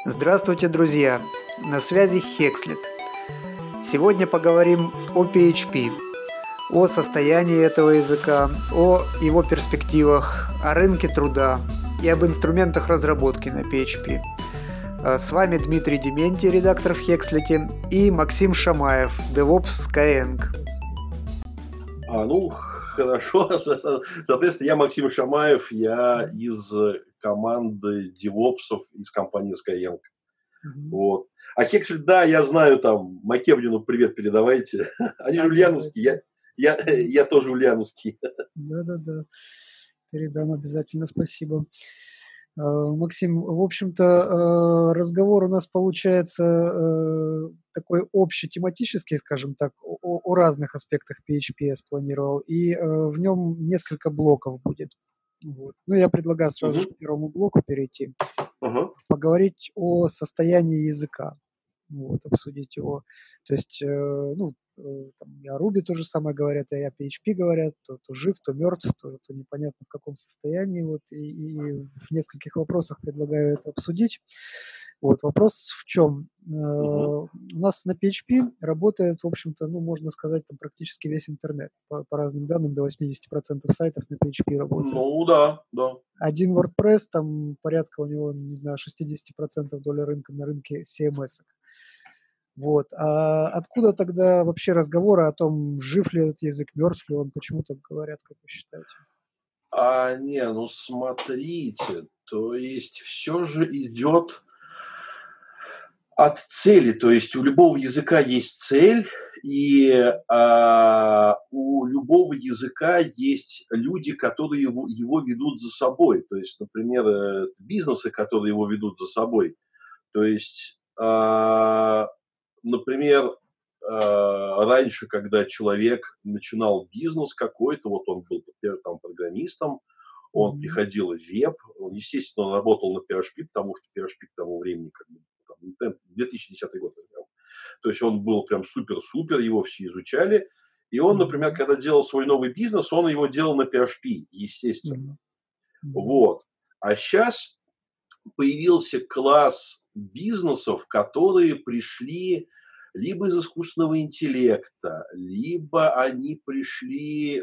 Здравствуйте, друзья! На связи Хекслет. Сегодня поговорим о PHP, о состоянии этого языка, о его перспективах, о рынке труда и об инструментах разработки на PHP. С вами Дмитрий Дементий, редактор в Хекслете, и Максим Шамаев, DevOps Skyeng. Хорошо. Соответственно, я Максим Шамаев, я из команды девопсов из компании Skyeng. Вот. А Хекслет, да, я знаю, там, Макевлину привет передавайте. Они же ульяновские, я тоже ульяновский. Да. Передам обязательно, спасибо. Максим, в общем-то, разговор у нас получается такой общетематический, скажем так, о разных аспектах PHP я спланировал, и в нем несколько блоков будет. Вот. Я предлагаю сразу же к первому блоку перейти, поговорить о состоянии языка, обсудить его. То есть, там и о Ruby то же самое говорят, и о PHP говорят, то жив, то мертв, то непонятно в каком состоянии. И в нескольких вопросах предлагаю это обсудить. Вопрос в чем? У нас на PHP работает, в общем-то, можно сказать, там практически весь интернет. По разным данным, до 80% сайтов на PHP работают. Да. Один WordPress, там порядка у него, не знаю, 60% доля рынка на рынке CMS-ок. А откуда тогда вообще разговоры о том, жив ли этот язык, мертв ли он, почему так говорят, как вы считаете? Смотрите, то есть все же идет от цели, то есть у любого языка есть цель, и у любого языка есть люди, которые его ведут за собой, то есть, например, бизнесы, которые его ведут за собой, то есть, например, раньше, когда человек начинал бизнес какой-то, он был, например, там, программистом, он приходил в веб, естественно, он работал на PHP, потому что PHP к тому времени, 2010 год, то есть он был прям супер-супер, его все изучали, и он, например, когда делал свой новый бизнес, он его делал на PHP, естественно. А сейчас появился класс бизнесов, которые пришли либо из искусственного интеллекта, либо они пришли,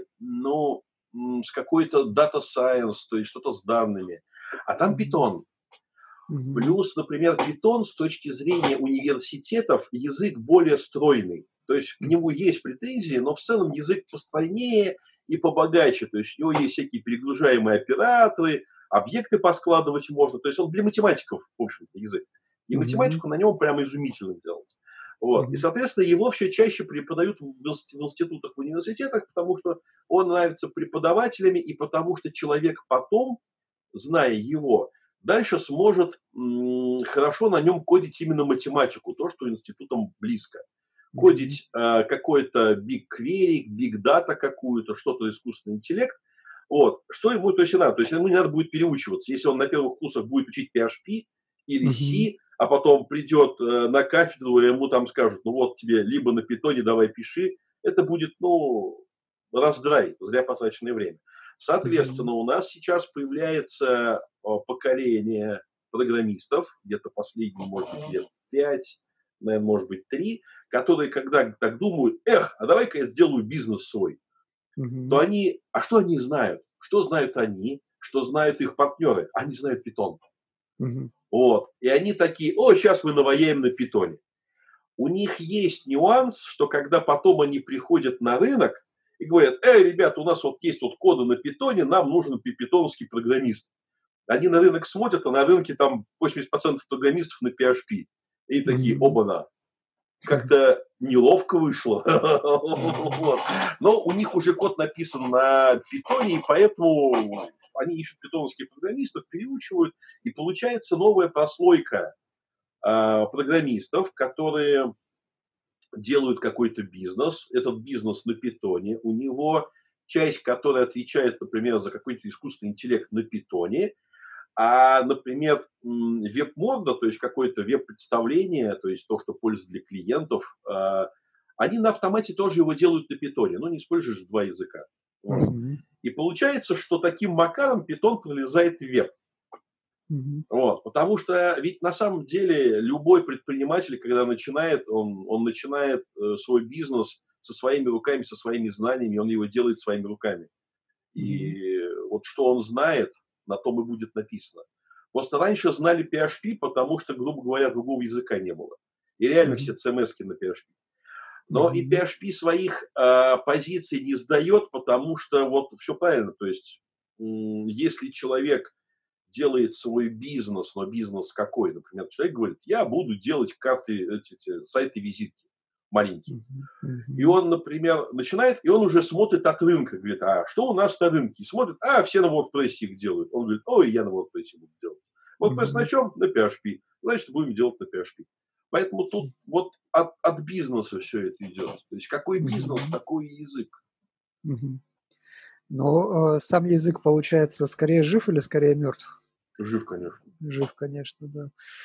с какой-то data science, то есть что-то с данными. А там Python. Плюс, например, Python с точки зрения университетов язык более стройный. То есть к нему есть претензии, но в целом язык постройнее и побогаче. То есть у него есть всякие перегружаемые операторы, объекты поскладывать можно. То есть он для математиков, в общем-то, язык. И математику на нем прямо изумительно делать. И, соответственно, его все чаще преподают в институтах, в университетах, потому что он нравится преподавателями и потому что человек потом, зная его, дальше сможет хорошо на нем кодить именно математику, то, что институтам близко. Кодить какой-то big query, big data какую-то, что-то искусственный интеллект. Что ему то есть надо? То есть ему не надо будет переучиваться. Если он на первых курсах будет учить PHP или C, а потом придет на кафедру, и ему там скажут, тебе либо на питоне давай пиши, это будет, раздрай, зря потраченное время. Соответственно, у нас сейчас появляется поколение программистов, где-то последние, может быть, лет 5, наверное, может быть, 3, которые, когда так думают, а давай-ка я сделаю бизнес свой, то они, что они знают? Что знают они? Что знают их партнеры? Они знают Python. И они такие, сейчас мы наваяем на питоне. У них есть нюанс, что когда потом они приходят на рынок и говорят, ребята, у нас есть коды на питоне, нам нужен питоновский программист. Они на рынок смотрят, а на рынке там 80% программистов на PHP. И такие, оба-на. Как-то неловко вышло. Но у них уже код написан на питоне, и поэтому они ищут питоновских программистов, переучивают, и получается новая прослойка программистов, которые делают какой-то бизнес. Этот бизнес на питоне. У него часть, которая отвечает, например, за какой-то искусственный интеллект на питоне, а, например, веб-модно, то есть какое-то веб-представление, то есть то, что пользуется для клиентов, они на автомате тоже его делают на питоне, не используешь два языка. И получается, что таким макаром питон пролезает в веб. Мгм. Вот, потому что ведь на самом деле любой предприниматель, когда начинает, он начинает свой бизнес со своими руками, со своими знаниями, он его делает своими руками. Мгм. И вот что он знает, на том и будет написано. Просто раньше знали PHP, потому что, грубо говоря, другого языка не было. И реально все Мгм. CMS-ки на PHP. Но и Мгм. PHP своих позиций не сдает, потому что вот все правильно. То есть, если человек делает свой бизнес, но бизнес какой? Например, человек говорит, я буду делать карты, эти сайты-визитки маленькие. Мгм. И Мгм. он, например, начинает, и он уже смотрит от рынка, говорит, а что у нас на рынке? И смотрит, все на WordPress их делают. Он говорит, ой, я на WordPress буду делать. WordPress на Мгм. чем? На PHP. Значит, будем делать на PHP. Поэтому тут вот от бизнеса все это идет. То есть какой бизнес, Мгм. такой и язык. Мгм. Но, сам язык, получается, скорее жив или скорее мертв? Жив, конечно. Жив, конечно, да.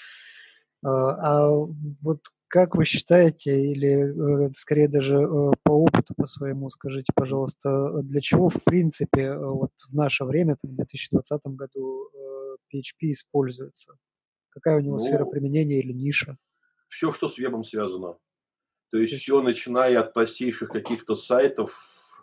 Вот как вы считаете, или, скорее даже, по опыту по своему скажите, пожалуйста, для чего в принципе, вот в наше время, там, в 2020 году, PHP используется? Какая у него сфера Ну, применения или ниша? все, что с вебом связано. То То есть есть все, начиная от простейших каких-то сайтов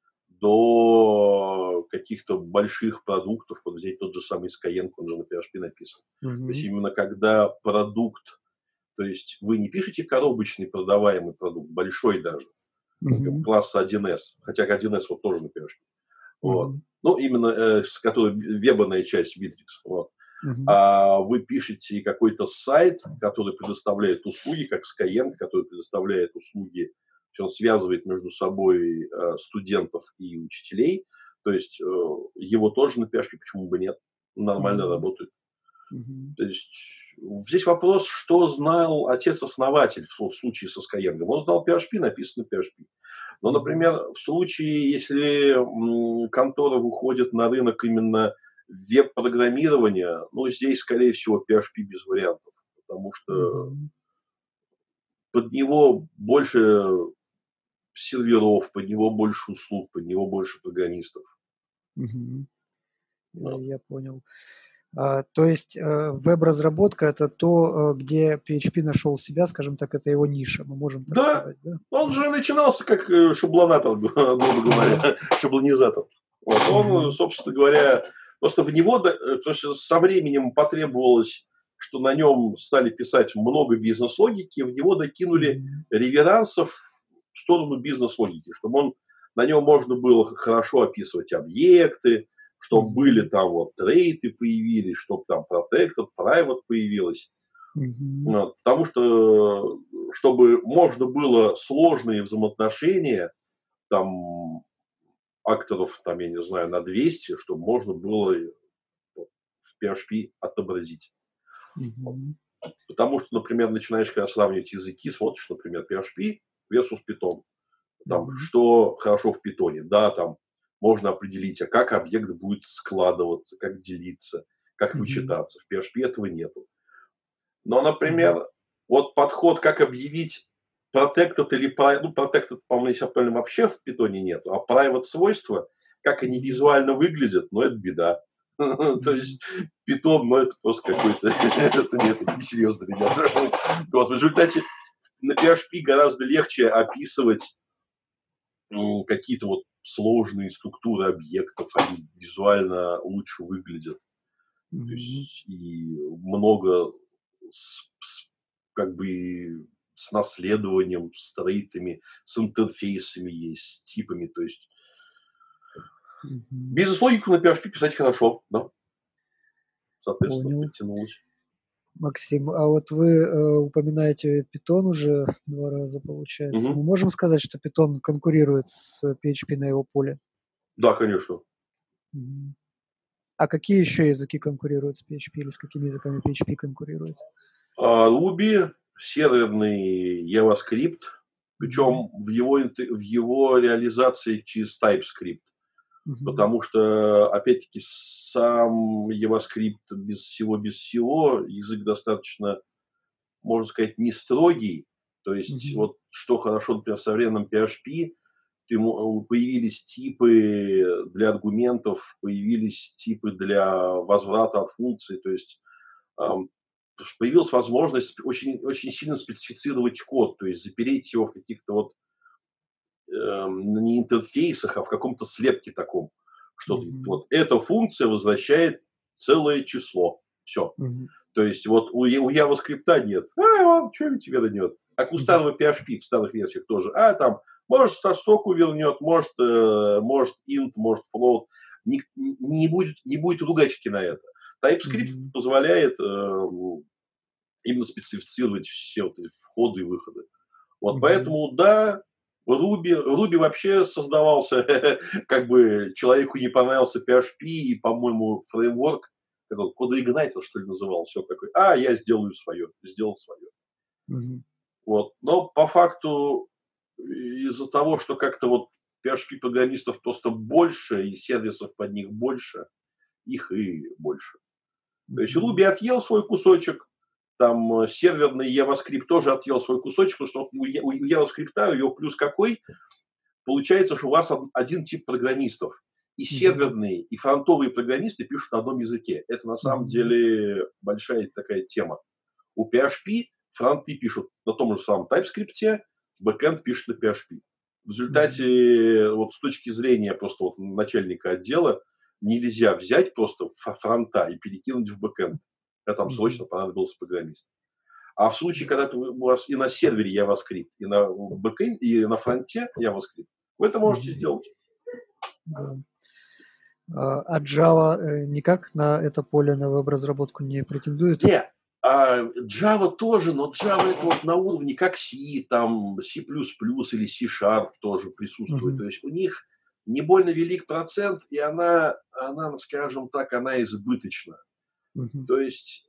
до каких-то больших продуктов. Вот взять тот же самый Skyeng, он же на PHP написан. То есть мгм, именно когда продукт, то есть вы не пишете коробочный продаваемый продукт, большой даже, мгм, класса 1С, хотя 1С вот тоже на PHP. Вот. мгм, Ну, именно с которой вебаная часть Bittrex. Вот. мгм, А вы пишете какой-то сайт, который предоставляет услуги, как Skyeng, который предоставляет услуги, то есть он связывает между собой студентов и учителей, то есть его тоже на PHP, почему бы нет, нормально мгм, работает. мгм, То есть здесь вопрос, что знал отец-основатель в случае со Skyeng. Он знал PHP, написано PHP. Но, мгм, например, в случае, если контора выходит на рынок именно веб-программирования, ну, здесь, скорее всего, PHP без вариантов, потому что мгм, под него больше серверов, под него больше услуг, под него больше программистов. мгм. Вот. Я понял. То есть, веб-разработка — это то, где PHP нашел себя, скажем так, это его ниша, мы можем так Да, сказать, да? он же начинался как шаблонатор, грубо Мгм, говоря, шаблонизатор. Вот. Он, мгм, собственно говоря, просто в него, то есть со временем потребовалось, что на нем стали писать много бизнес-логики, в него докинули мгм, реверансов в сторону бизнес-логики, чтобы он, на нем можно было хорошо описывать объекты, чтобы были мгм, там вот трейты появились, чтобы там protected, private появилось. мгм, Вот, потому что, чтобы можно было сложные взаимоотношения, там, акторов, там, я не знаю, на 200, чтобы можно было вот в PHP отобразить. Вот. мгм, Потому что, например, начинаешь, когда сравнивать языки, смотришь, например, PHP versus Python. Там, мгм, что хорошо в питоне? Да, там можно определить, а как объект будет складываться, как делиться, как мгм, вычитаться. В PHP этого нету. Но, мгм, например, вот подход, как объявить protected или ну, protected, по-моему, если я правильно, вообще в питоне нету, а private свойства, как они мгм, визуально выглядят, ну, это беда. То мгм, есть питон, ну, это просто какой-то, это нет, это несерьезно, ребята. Вот, в результате на PHP гораздо легче описывать какие-то вот сложные структуры объектов, они визуально лучше выглядят. То мгм, есть и много как бы с наследованием, с трейтами, с интерфейсами есть, с типами. То есть мгм. бизнес-логику на PHP писать хорошо, да, соответственно, Понял. подтянулось. Максим, а вот вы, упоминаете Python уже 2 раза, получается. Мгм. Мы можем сказать, что Python конкурирует с PHP на его поле? Да, конечно. Мгм. А какие еще языки конкурируют с PHP или с какими языками PHP конкурирует? Ruby, серверный JavaScript, Мгм. причем в его реализации через TypeScript. Мгм. Потому что, опять-таки, сам JavaScript без всего, язык достаточно, можно сказать, не строгий. То есть, Мгм. вот что хорошо, например, в современном PHP, появились типы для аргументов, появились типы для возврата от функций. То есть ам, появилась возможность очень, очень сильно специфицировать код, то есть запереть его в каких-то вот не интерфейсах, а в каком-то слепке таком. Что Мгм. вот эта функция возвращает целое число. Все. Мгм. То есть вот у JavaScript нет. Он что тебе дает? Как у Мгм. старого PHP в старых версиях тоже. Там, может, строку вернет, может, может int, может, float. Не будет ругачки на это. TypeScript Мгм. позволяет именно специфицировать все вот эти входы и выходы. Вот Мгм. поэтому, да, Руби вообще создавался, как бы человеку не понравился PHP, и, по-моему, фреймворк, как он, CodeIgniter, что ли, назывался, все такой, я сделал свое. Мгм. Вот. Но по факту из-за того, что как-то вот PHP-программистов просто больше, и сервисов под них больше, их и больше. То есть Мгм. Ruby отъел свой кусочек, там серверный JavaScript тоже отъел свой кусочек, потому что вот у JavaScript, у его плюс какой, получается, что у вас один тип программистов. И Мгм. серверные, и фронтовые программисты пишут на одном языке. Это на самом Мгм. деле большая такая тема. У PHP фронты пишут на том же самом TypeScript, бэкэнд пишет на PHP. В Мгм. результате, вот с точки зрения просто вот начальника отдела, нельзя взять просто фронта и перекинуть в бэкэнд. Когда там Мгм. срочно понадобился программист. А в случае, когда у вас и на сервере JavaScript, и на бэкэнде, и на фронте JavaScript, вы это можете Мгм. сделать. Да. А Java, никак на это поле, на веб-разработку не претендует? Не, Java тоже, но Java это вот на уровне как C, там C++ или C# тоже присутствует. Мгм. То есть у них не больно велик процент, и она, скажем так, она избыточна. Мгм. То есть,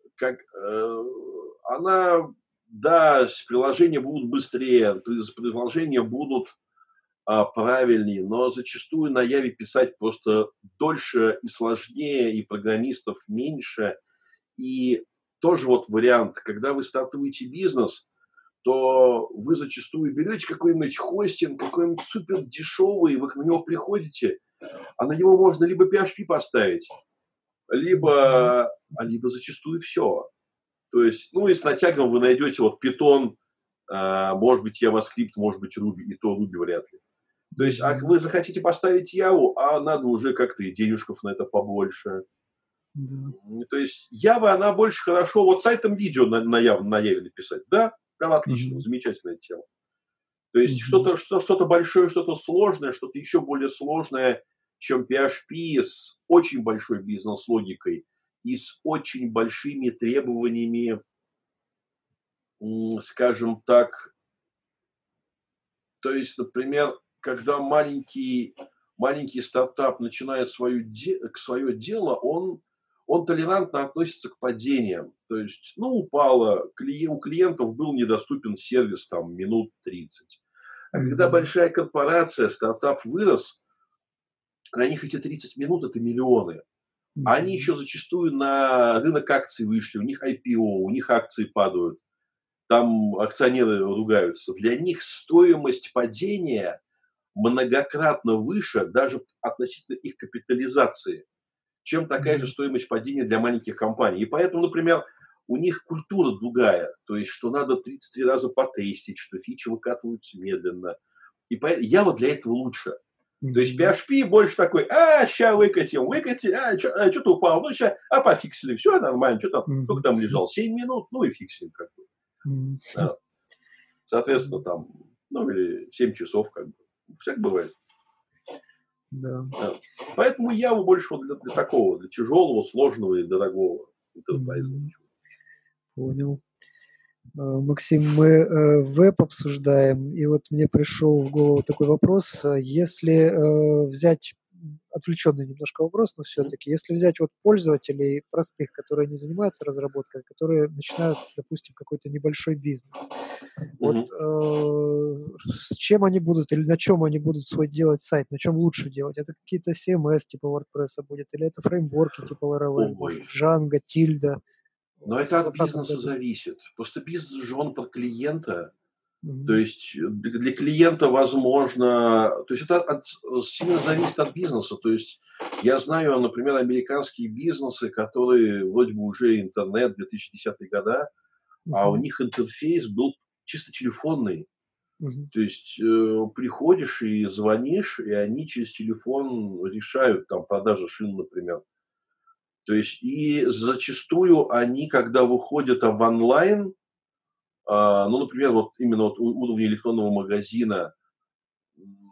она, да, приложения будут быстрее, приложения будут правильнее, но зачастую на Яве писать просто дольше и сложнее, и программистов меньше. И тоже вот вариант, когда вы стартуете бизнес, то вы зачастую берете какой-нибудь хостинг, какой-нибудь супер дешевый, вы на него приходите, а на него можно либо PHP поставить, Мгм. либо зачастую все. То есть, ну и с натягом вы найдете вот Python, может быть JavaScript, может быть Ruby, и то Ruby вряд ли. То есть, Мгм. вы захотите поставить Яву, надо уже как-то и денежков на это побольше. Да. То есть Java, она больше хорошо, вот сайтом видео на Яве написать, да, прям отлично, Мгм. замечательная тема. То есть Мгм. что-то большое, что-то сложное, что-то еще более сложное, чем PHP с очень большой бизнес-логикой и с очень большими требованиями, скажем так. То есть, например, когда маленький стартап начинает свое дело, он толерантно относится к падениям. То есть, ну, упало, у клиентов был недоступен сервис там минут 30. А когда Мгм. большая корпорация, стартап вырос, на них эти 30 минут – это миллионы. А они Мгм. еще зачастую на рынок акций вышли, у них IPO, у них акции падают, там акционеры ругаются. Для них стоимость падения многократно выше даже относительно их капитализации, чем такая же Да. стоимость падения для маленьких компаний. И поэтому, например, у них культура другая, то есть, что надо 33 раза потестить, что фичи выкатываются медленно. И я вот для этого лучше. То есть Мгм. PHP больше такой, ща выкатили, что-то упало, ну ща, пофиксили, все нормально, что там, Мгм. сколько там лежал, 7 минут, ну и фиксим как бы. Мгм. Да. Соответственно, там, ну или 7 часов, как бы. Всяк бывает. Да. Да. Поэтому Яву больше вот для такого, для тяжелого, сложного и дорогого интерпрайза. Мгм. Понял. Максим, мы веб обсуждаем, и вот мне пришел в голову такой вопрос. Если взять отвлеченный немножко вопрос, но Мгм. все-таки, если взять вот пользователей простых, которые не занимаются разработкой, которые начинают, допустим, какой-то небольшой бизнес, вот Мгм. с чем они будут или на чем они будут свой делать сайт, на чем лучше делать? Это какие-то CMS типа WordPress будет, или это фреймворки типа Laravel, может, Ой. Django, Tilda Но в это от 2020 бизнеса году? зависит. Просто бизнес же он про клиента. То Мгм. есть для клиента возможно, то есть это сильно зависит от бизнеса. То есть я знаю, например, американские бизнесы, которые вроде бы уже интернет, 2010 года, а у Мгм. них интерфейс был чисто телефонный. Мгм. То есть приходишь и звонишь, и они через телефон решают там продажи шин, например. То есть и зачастую они, когда выходят в онлайн, ну, например, вот именно вот уровень электронного магазина, м,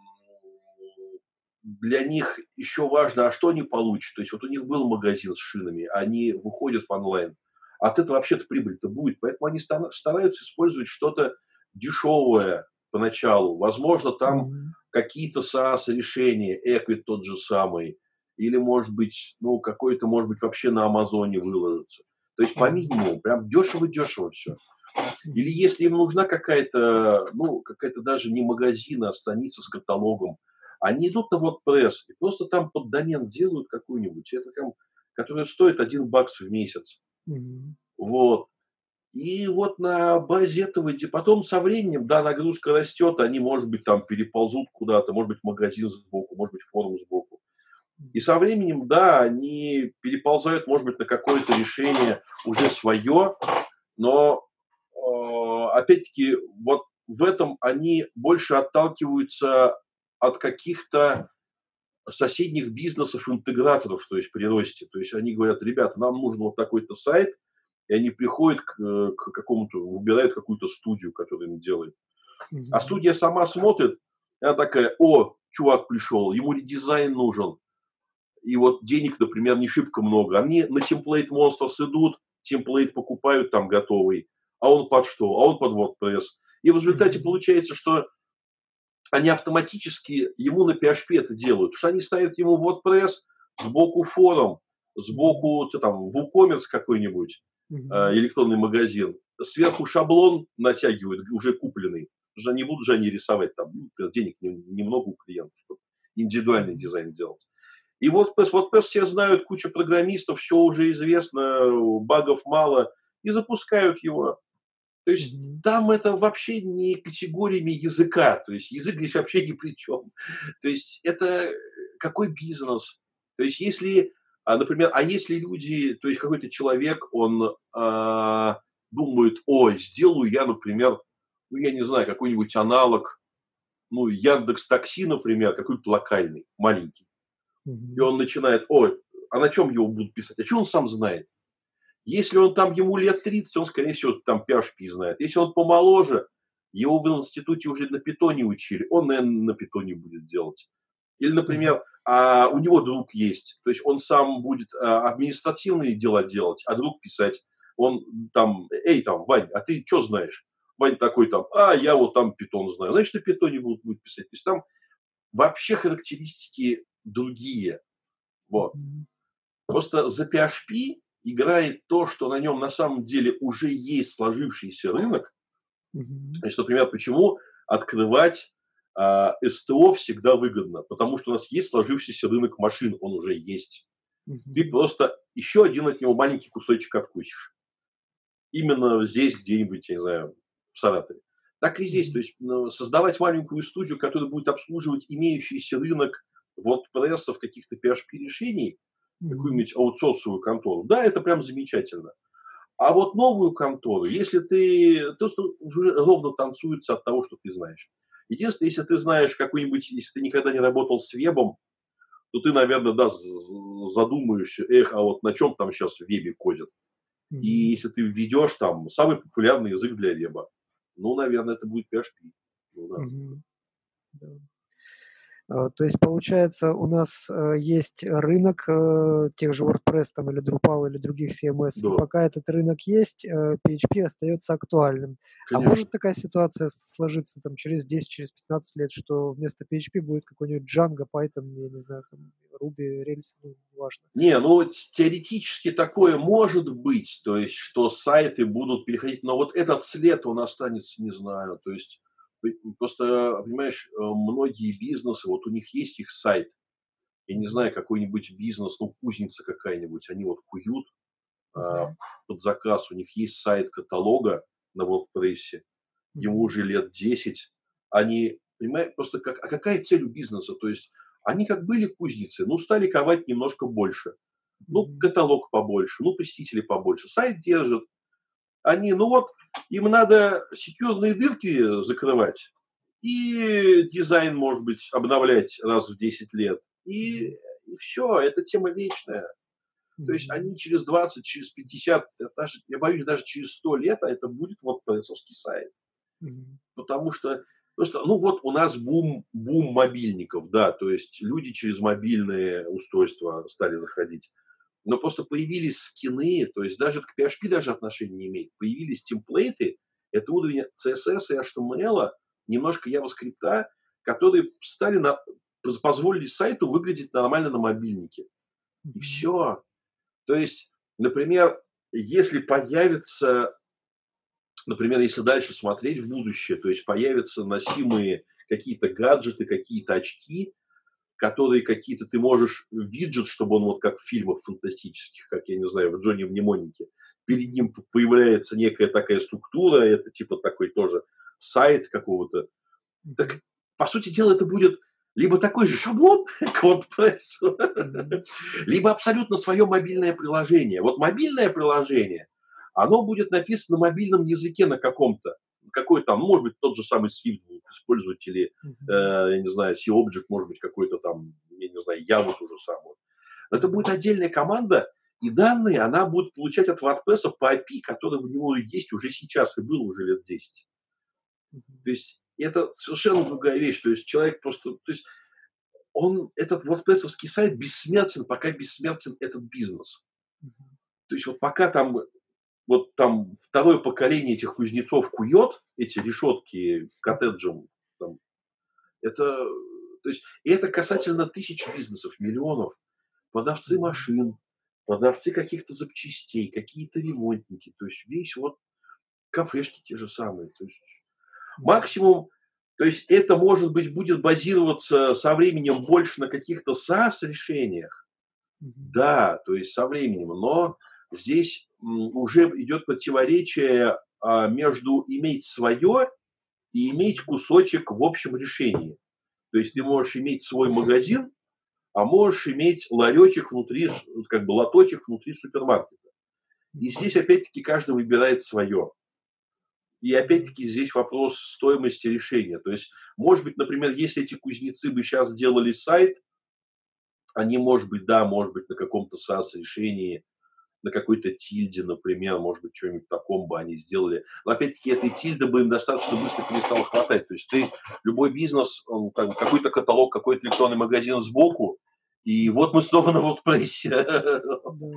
для них еще важно, а что они получат. То есть вот у них был магазин с шинами, они выходят в онлайн. От этого вообще-то прибыль-то будет. Поэтому они стараются использовать что-то дешевое поначалу. Возможно, там Мгм. какие-то SaaS-решения, Equid тот же самый, или, может быть, ну, какой-то, может быть, вообще на Амазоне выложится. То есть по Мгм. минимуму, прям дешево-дешево все. Или Мгм. если им нужна какая-то, ну, какая-то даже не магазин, а страница с каталогом, они идут на WordPress и просто там под домен делают какую-нибудь, это там, которая стоит $1 в месяц. Мгм. Вот. И вот на базе этого, потом со временем, да, нагрузка растет, они, может быть, там переползут куда-то, может быть, магазин сбоку, может быть, форум сбоку. И со временем, да, они переползают, может быть, на какое-то решение уже свое, но опять-таки, вот в этом они больше отталкиваются от каких-то соседних бизнесов-интеграторов, то есть при росте. То есть они говорят, ребята, нам нужен вот такой-то сайт, и они приходят к какому-то, выбирают какую-то студию, которая им делает. А Мгм. студия сама смотрит, и она такая, о, чувак пришел, ему редизайн нужен, и вот денег, например, не шибко много. Они на Template Monsters идут, темплейт покупают там готовый, а он под что? А он под WordPress. И в результате Мгм. получается, что они автоматически ему на PHP это делают. Потому что они ставят ему WordPress, сбоку форум, Мгм. сбоку там WooCommerce какой-нибудь, Мгм. электронный магазин, сверху шаблон натягивают, уже купленный. Потому что не будут же они рисовать там, ну, денег немного у клиентов, чтобы индивидуальный Мгм. дизайн делать. И WordPress все знают, куча программистов, все уже известно, багов мало, и запускают его. То есть Мгм. там это вообще не категориями языка, то есть язык здесь вообще ни при чем. То есть это какой бизнес? То есть если, например, а если люди, то есть какой-то человек, он думает, ой, сделаю я, например, ну я не знаю, какой-нибудь аналог, ну Яндекс Такси, например, какой-то локальный, маленький. И Мгм. он начинает, ой, а на чем его будут писать? А что он сам знает? Если он там, ему лет 30, он, скорее всего, там PHP знает. Если он помоложе, его в институте уже на питоне учили, он, наверное, на питоне будет делать. Или, Мгм. например, у него друг есть, то есть он сам будет административные дела делать, а друг писать. Он там, эй, там, Вань, а ты что знаешь? Вань такой там, я вот там питон знаю. Значит, на питоне будет писать. То есть там вообще характеристики другие. Вот. Мгм. Просто за PHP играет то, что на нем на самом деле уже есть сложившийся рынок. Мгм. Значит, например, почему открывать СТО всегда выгодно? Потому что у нас есть сложившийся рынок машин, он уже есть. Ты Мгм. просто еще один от него маленький кусочек откусишь. Именно здесь, где-нибудь, я не знаю, в Саратове. Так и здесь. То Мгм. есть создавать маленькую студию, которая будет обслуживать имеющийся рынок WordPress, каких-то PHP-решений, Мгм. какую-нибудь аутсорсовую контору, да, это прям замечательно. А вот новую контору, если ты, тут уже ровно танцуется от того, что ты знаешь. Единственное, если ты знаешь какой-нибудь, если ты никогда не работал с вебом, то ты, наверное, да, задумаешься, а вот на чем там сейчас в вебе кодят. И Мгм. если ты введешь там самый популярный язык для веба, ну, наверное, это будет PHP. Ну, да. Мгм. Да. То есть, получается, у нас, есть рынок, тех же WordPress там или Drupal, или других CMS, и Да, пока этот рынок есть, PHP остается актуальным. А может конечно. такая ситуация сложиться там через 10, через 15 лет, что вместо PHP будет какой-нибудь Django, Python, я не знаю, там Ruby, Rails, ну, неважно. Не, ну вот теоретически такое может быть, то есть, что сайты будут переходить, но вот этот след, он останется, не знаю, то есть, просто, понимаешь, многие бизнесы, вот у них есть их сайт, я не Мгм. знаю, какой-нибудь бизнес, ну, кузница какая-нибудь, они вот куют а, Мгм. под заказ, у них есть сайт каталога на WordPress, ему Мгм. уже лет 10, они, понимаете, просто а какая цель у бизнеса? То есть они как были кузницы, ну, стали ковать немножко больше. Ну, Мгм. каталог побольше, ну, посетителей побольше, сайт держат. Они, ну вот, им надо секьюрные дырки закрывать и дизайн, может быть, обновлять раз в 10 лет. Мгм. И все, это тема вечная. То есть Мгм. они через 20, через 50, даже, я боюсь, даже через 100 лет, а это будет вот ПСовский сайт. Мгм. Потому что, просто, ну вот у нас бум мобильников, да, то есть люди через мобильные устройства стали заходить. Но просто появились скины, то есть даже к PHP даже отношения не имеет. Появились темплейты, это уровень CSS и HTML, немножко JavaScript, которые позволили сайту выглядеть нормально на мобильнике. И Мгм. все. То есть, например, если появится, например, если дальше смотреть в будущее, то есть появятся носимые какие-то гаджеты, какие-то очки, которые какие-то ты можешь, виджет, чтобы он вот как в фильмах фантастических, как, я не знаю, в Джонни Мнемонике, перед Мгм. ним появляется некая такая структура, это типа такой тоже сайт какого-то. Мгм. Так, по сути дела, это будет либо такой же шаблон к WordPress, Мгм. либо абсолютно свое мобильное приложение. Вот мобильное приложение, оно будет написано на мобильном языке на каком-то. Какой там, ну, может быть, тот же самый Swift будут использовать, или, Мгм. я не знаю, C-Object, может быть, какой-то там, я не знаю, Java ту же самую. Это будет Мгм. отдельная команда, и данные она будет получать от WordPress по API, который у него есть уже сейчас и был уже лет 10. Мгм. То есть это совершенно другая вещь. То есть человек просто, то есть этот WordPress-овский сайт бессмертен, пока бессмертен этот бизнес. Мгм. То есть вот пока там вот там второе поколение этих кузнецов кует эти решетки Мгм. коттеджем, там, это, то есть, и это касательно тысяч бизнесов, миллионов. Продавцы Мгм. машин, продавцы каких-то запчастей, какие-то ремонтники. То есть весь вот кафешки те же самые. То есть Мгм. максимум, то есть это, может быть, будет базироваться со временем больше на каких-то SaaS-решениях. Мгм. Да, то есть со временем, но здесь уже идет противоречие между иметь свое и иметь Мгм. кусочек в общем решении. То есть ты Мгм. можешь иметь свой магазин, а можешь иметь ларечек внутри, как бы лоточек внутри супермаркета. И здесь Мгм. опять-таки каждый выбирает свое. И Да. опять-таки здесь вопрос стоимости решения. То есть, может быть, например, если эти кузнецы бы сейчас делали сайт, они, может быть, да, может быть, на каком-то SaaS-решении, на какой-то тильде, например, может быть, что-нибудь таком бы они сделали. Но опять-таки этой тильды бы им достаточно быстро перестало хватать. То есть ты, любой бизнес, он, как бы, какой-то каталог, какой-то электронный магазин сбоку, и вот Мгм. мы снова на WordPress. Да.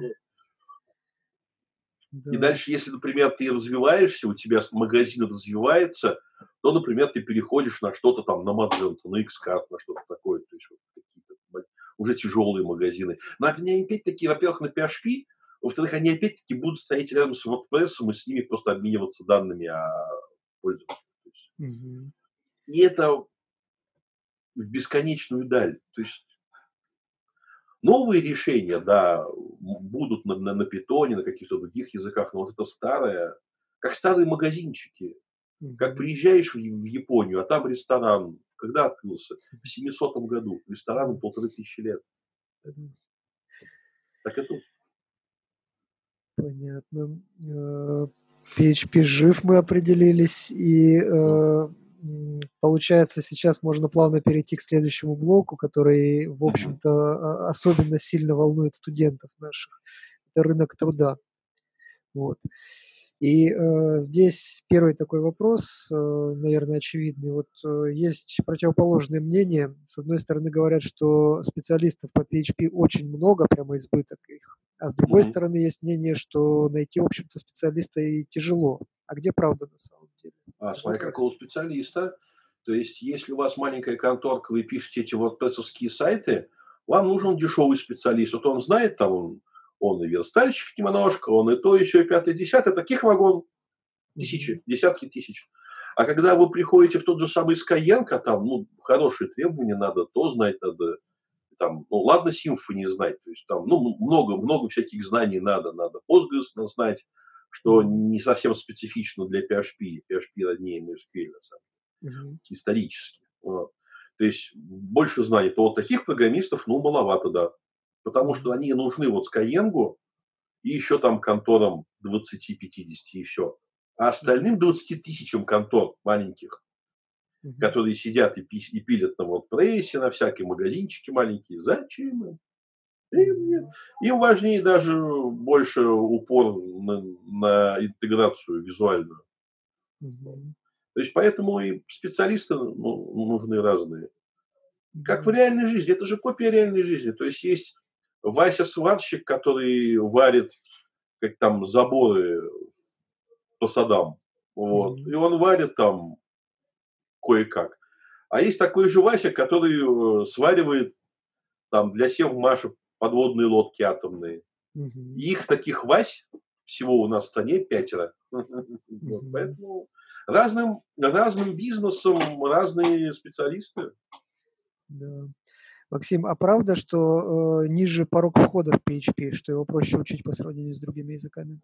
И Да. дальше, если, например, ты развиваешься, у тебя магазин развивается, то, например, ты переходишь на что-то там, на Magento, на Xcart, на что-то такое, то есть вот какие-то уже тяжелые магазины. Но они опять-таки, во-первых, на PHP, во-вторых, они опять-таки будут стоять рядом с WordPress и с ними просто обмениваться данными о пользователе. То есть, Мгм. и это в бесконечную даль. То есть новые решения, да, будут на питоне, на каких-то других языках, но вот это старое, как старые магазинчики. Как Мгм. приезжаешь в Японию, а там ресторан. Когда открылся? В 700 году. Ресторану Да. 1500 лет. Да. Так и тут. Понятно. PHP жив, мы определились. И, Мгм. получается, сейчас можно плавно перейти к следующему блоку, который, в Мгм. общем-то, особенно сильно волнует студентов наших. Это рынок труда. Вот. И, здесь первый такой вопрос, наверное, очевидный. Вот, есть противоположные мнения. С одной стороны, говорят, что специалистов по PHP очень много, прямо избыток их. А с другой Мгм. стороны, есть мнение, что найти, в общем-то, специалиста и тяжело. А где правда на самом деле? Где Смотря как? какого специалиста. То есть, если у вас маленькая конторка, вы пишете эти WordPress-овские сайты, вам нужен дешевый специалист. Вот он знает, там он и верстальщик немножко, он и то, еще, и пятое, десятое. Таких вагон Мгм. тысячи, десятки тысяч. А когда вы приходите в тот же самый Skyeng, а там, ну, хорошие требования надо, то знать надо, там, ну, ладно, Symfony знать, то есть там, ну, много всяких знаний надо Postgres знать, что не совсем специфично для PHP. PHP роднее MySQL, на самом Мгм. деле, исторически. Вот. То есть больше знаний. То вот таких программистов, ну, маловато, да. Потому что Мгм. они нужны вот Skyeng и еще там конторам 20-50 и все. А Мгм. остальным 20 тысячам контор маленьких, Мгм. которые сидят и пилят на WordPress, на всякие магазинчики маленькие, зачем им? Им нет. Мгм. Им важнее даже больше упор на интеграцию визуальную. Мгм. То есть поэтому и специалисты, ну, нужны разные. Как в Да. реальной жизни. Это же копия реальной жизни. То есть есть Вася-сварщик, который варит как там заборы по садам. Вот. И Мгм. он варит там кое-как. А есть такой же Вася, который сваривает там для Севмаша подводные лодки атомные. Мгм. И их таких Вась всего у нас в стране 5. Вот, Мгм. поэтому разным бизнесом разные специалисты. Да. Максим, а правда, что, ниже порог входа в PHP, что его проще учить по сравнению с другими языками?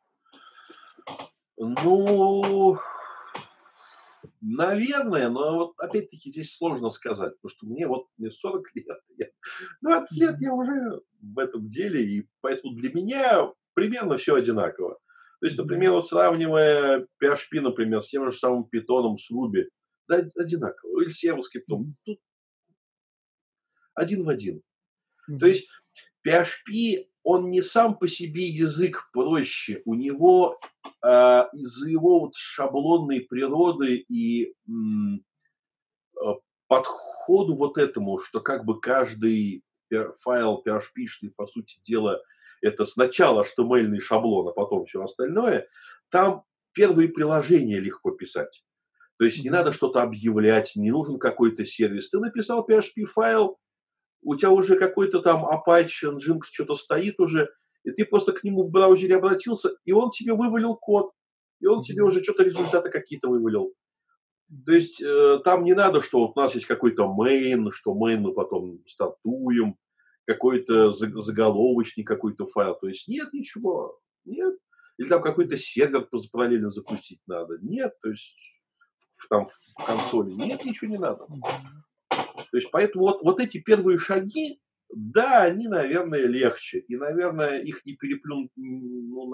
Ну, наверное, но вот опять-таки здесь сложно сказать, потому что мне 40 лет, 20 лет Мгм. я уже в этом деле, и поэтому для меня примерно все одинаково. То есть, например, Мгм. вот сравнивая PHP, например, с тем же самым Python, с Ruby, да, одинаково. Или с JavaScript, Мгм. тут один в один. То Мгм. есть PHP, он не сам по себе язык проще, у него из-за его вот шаблонной природы и э, подходу вот этому, что как бы каждый файл PHP-шный, по сути дела, это сначала HTML-ный шаблон, а потом все остальное, там первые приложения легко писать. То есть не надо Мгм. что-то объявлять, не нужен какой-то сервис. Ты написал PHP-файл, у тебя уже какой-то там Apache, Nginx что-то стоит уже, и ты просто к нему в браузере обратился, и он тебе вывалил код, и он тебе Мгм. уже что-то результаты какие-то вывалил. То Мгм. есть там не надо, что вот у нас есть какой-то main, что main мы потом статуем, какой-то заголовочный какой-то файл. То есть нет ничего, нет. Или там какой-то сервер параллельно запустить надо. Нет, то есть там в консоли нет, ничего не надо. Мгм. То есть поэтому вот эти первые шаги, да, они, наверное, легче. И, наверное, их не переплюнуть, ну,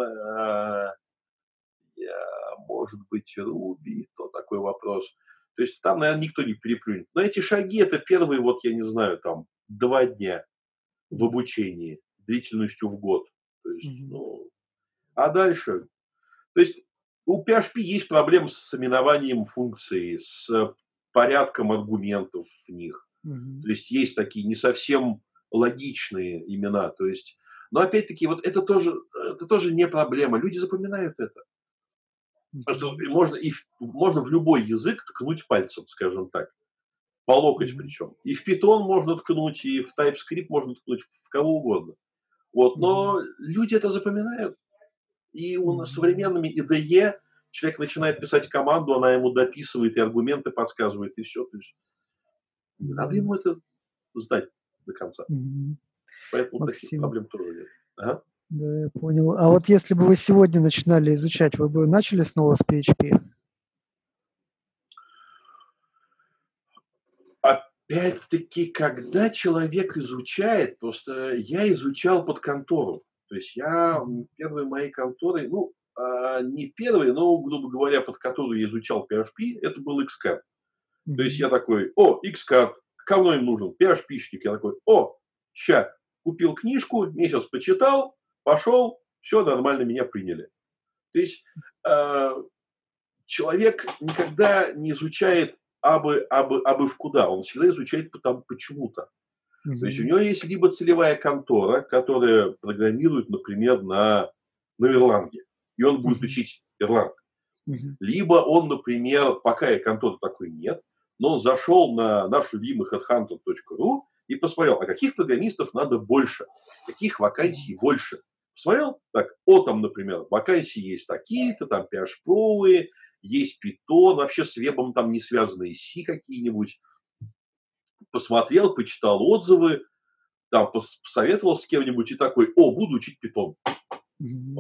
может быть, Руби, то такой вопрос. То есть там, наверное, никто не переплюнет. Но эти шаги, это первые, вот, я не знаю, там, 2 дня в Мгм. обучении длительностью в год. То есть, Мгм. ну, а дальше? То есть у PHP есть проблемы с именованием функций, с порядком аргументов в них. Мгм. То есть есть такие не совсем логичные имена. То есть, но опять-таки, вот это тоже не проблема. Люди запоминают это. Потому что Мгм. можно в любой язык ткнуть пальцем, скажем так, по локоть Мгм. причем. И в Python можно ткнуть, и в TypeScript можно ткнуть, в кого угодно. Вот, Мгм. но люди это запоминают. И Мгм. современными IDE человек начинает писать команду, она ему дописывает и аргументы подсказывает, и все. То есть не надо Да. ему это знать до конца. Мгм. Поэтому таких Максим, проблем тоже нет. Ага. да, я понял. А вот если бы вы сегодня начинали изучать, вы бы начали снова с PHP? Опять-таки, когда человек изучает, просто я изучал под контору. То есть Мгм. первые мои конторы, ну, не первые, но, грубо говоря, под которую я изучал PHP, это был XCAD. То есть я Мгм. такой, XCAD, кому им нужен? PHP-шник. Я такой, ща, купил книжку, месяц почитал, пошел, все нормально, меня приняли. То есть э, человек никогда не изучает абы в куда, он всегда изучает почему-то. То есть у Мгм. него есть либо целевая контора, которая программирует, например, на Ирландии, и он будет Мгм. учить ирландский. Мгм. Либо он, например, пока и конторы такой нет, но он зашел на наш любимый headhunter.ru и посмотрел, а каких программистов надо больше, каких вакансий больше. Посмотрел, так, там, например, вакансии есть такие-то, там PHP, есть Python, вообще с вебом там не связанные C какие-нибудь. Посмотрел, почитал отзывы, там посоветовал с кем-нибудь и такой, буду учить Python. Мгм. Вот.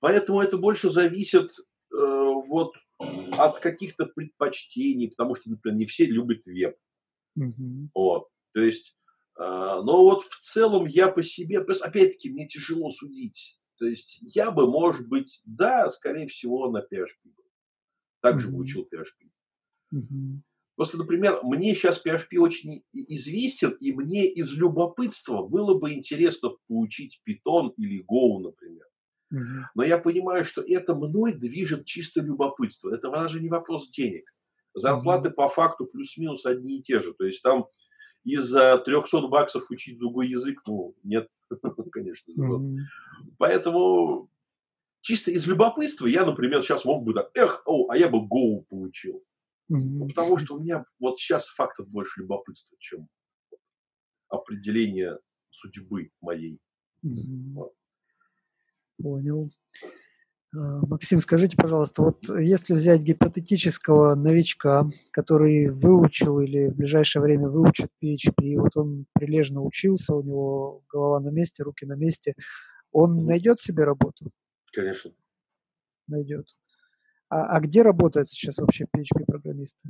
Поэтому это больше зависит вот от каких-то предпочтений, потому что, например, не все любят веб. Мгм. Вот. То есть, но вот в целом я по себе, просто опять-таки мне тяжело судить. То есть я бы, может быть, да, скорее всего, на PHP бы. Также бы Мгм. учил PHP. Мгм. Просто, например, мне сейчас PHP очень известен, и мне из любопытства было бы интересно поучить Python или Go, например. Мгм. Но я понимаю, что это мной движет чисто любопытство. Это даже не вопрос денег. Зарплаты Мгм. по факту плюс-минус одни и те же. То есть там из-за 300 баксов учить другой язык, ну, нет, конечно же. Вот. Мгм. Поэтому чисто из любопытства я, например, сейчас мог бы так, а я бы Go получил. Ну, Мгм. потому что у меня вот сейчас фактов больше любопытства, чем определение судьбы моей. Мгм. Вот. Понял. Максим, скажите, пожалуйста, вот если взять гипотетического новичка, который выучил или в ближайшее время выучит PHP, и вот он прилежно учился, у него голова на месте, руки на месте, он Мгм. найдет себе работу? Конечно. Найдет. А где работают сейчас вообще PHP-программисты?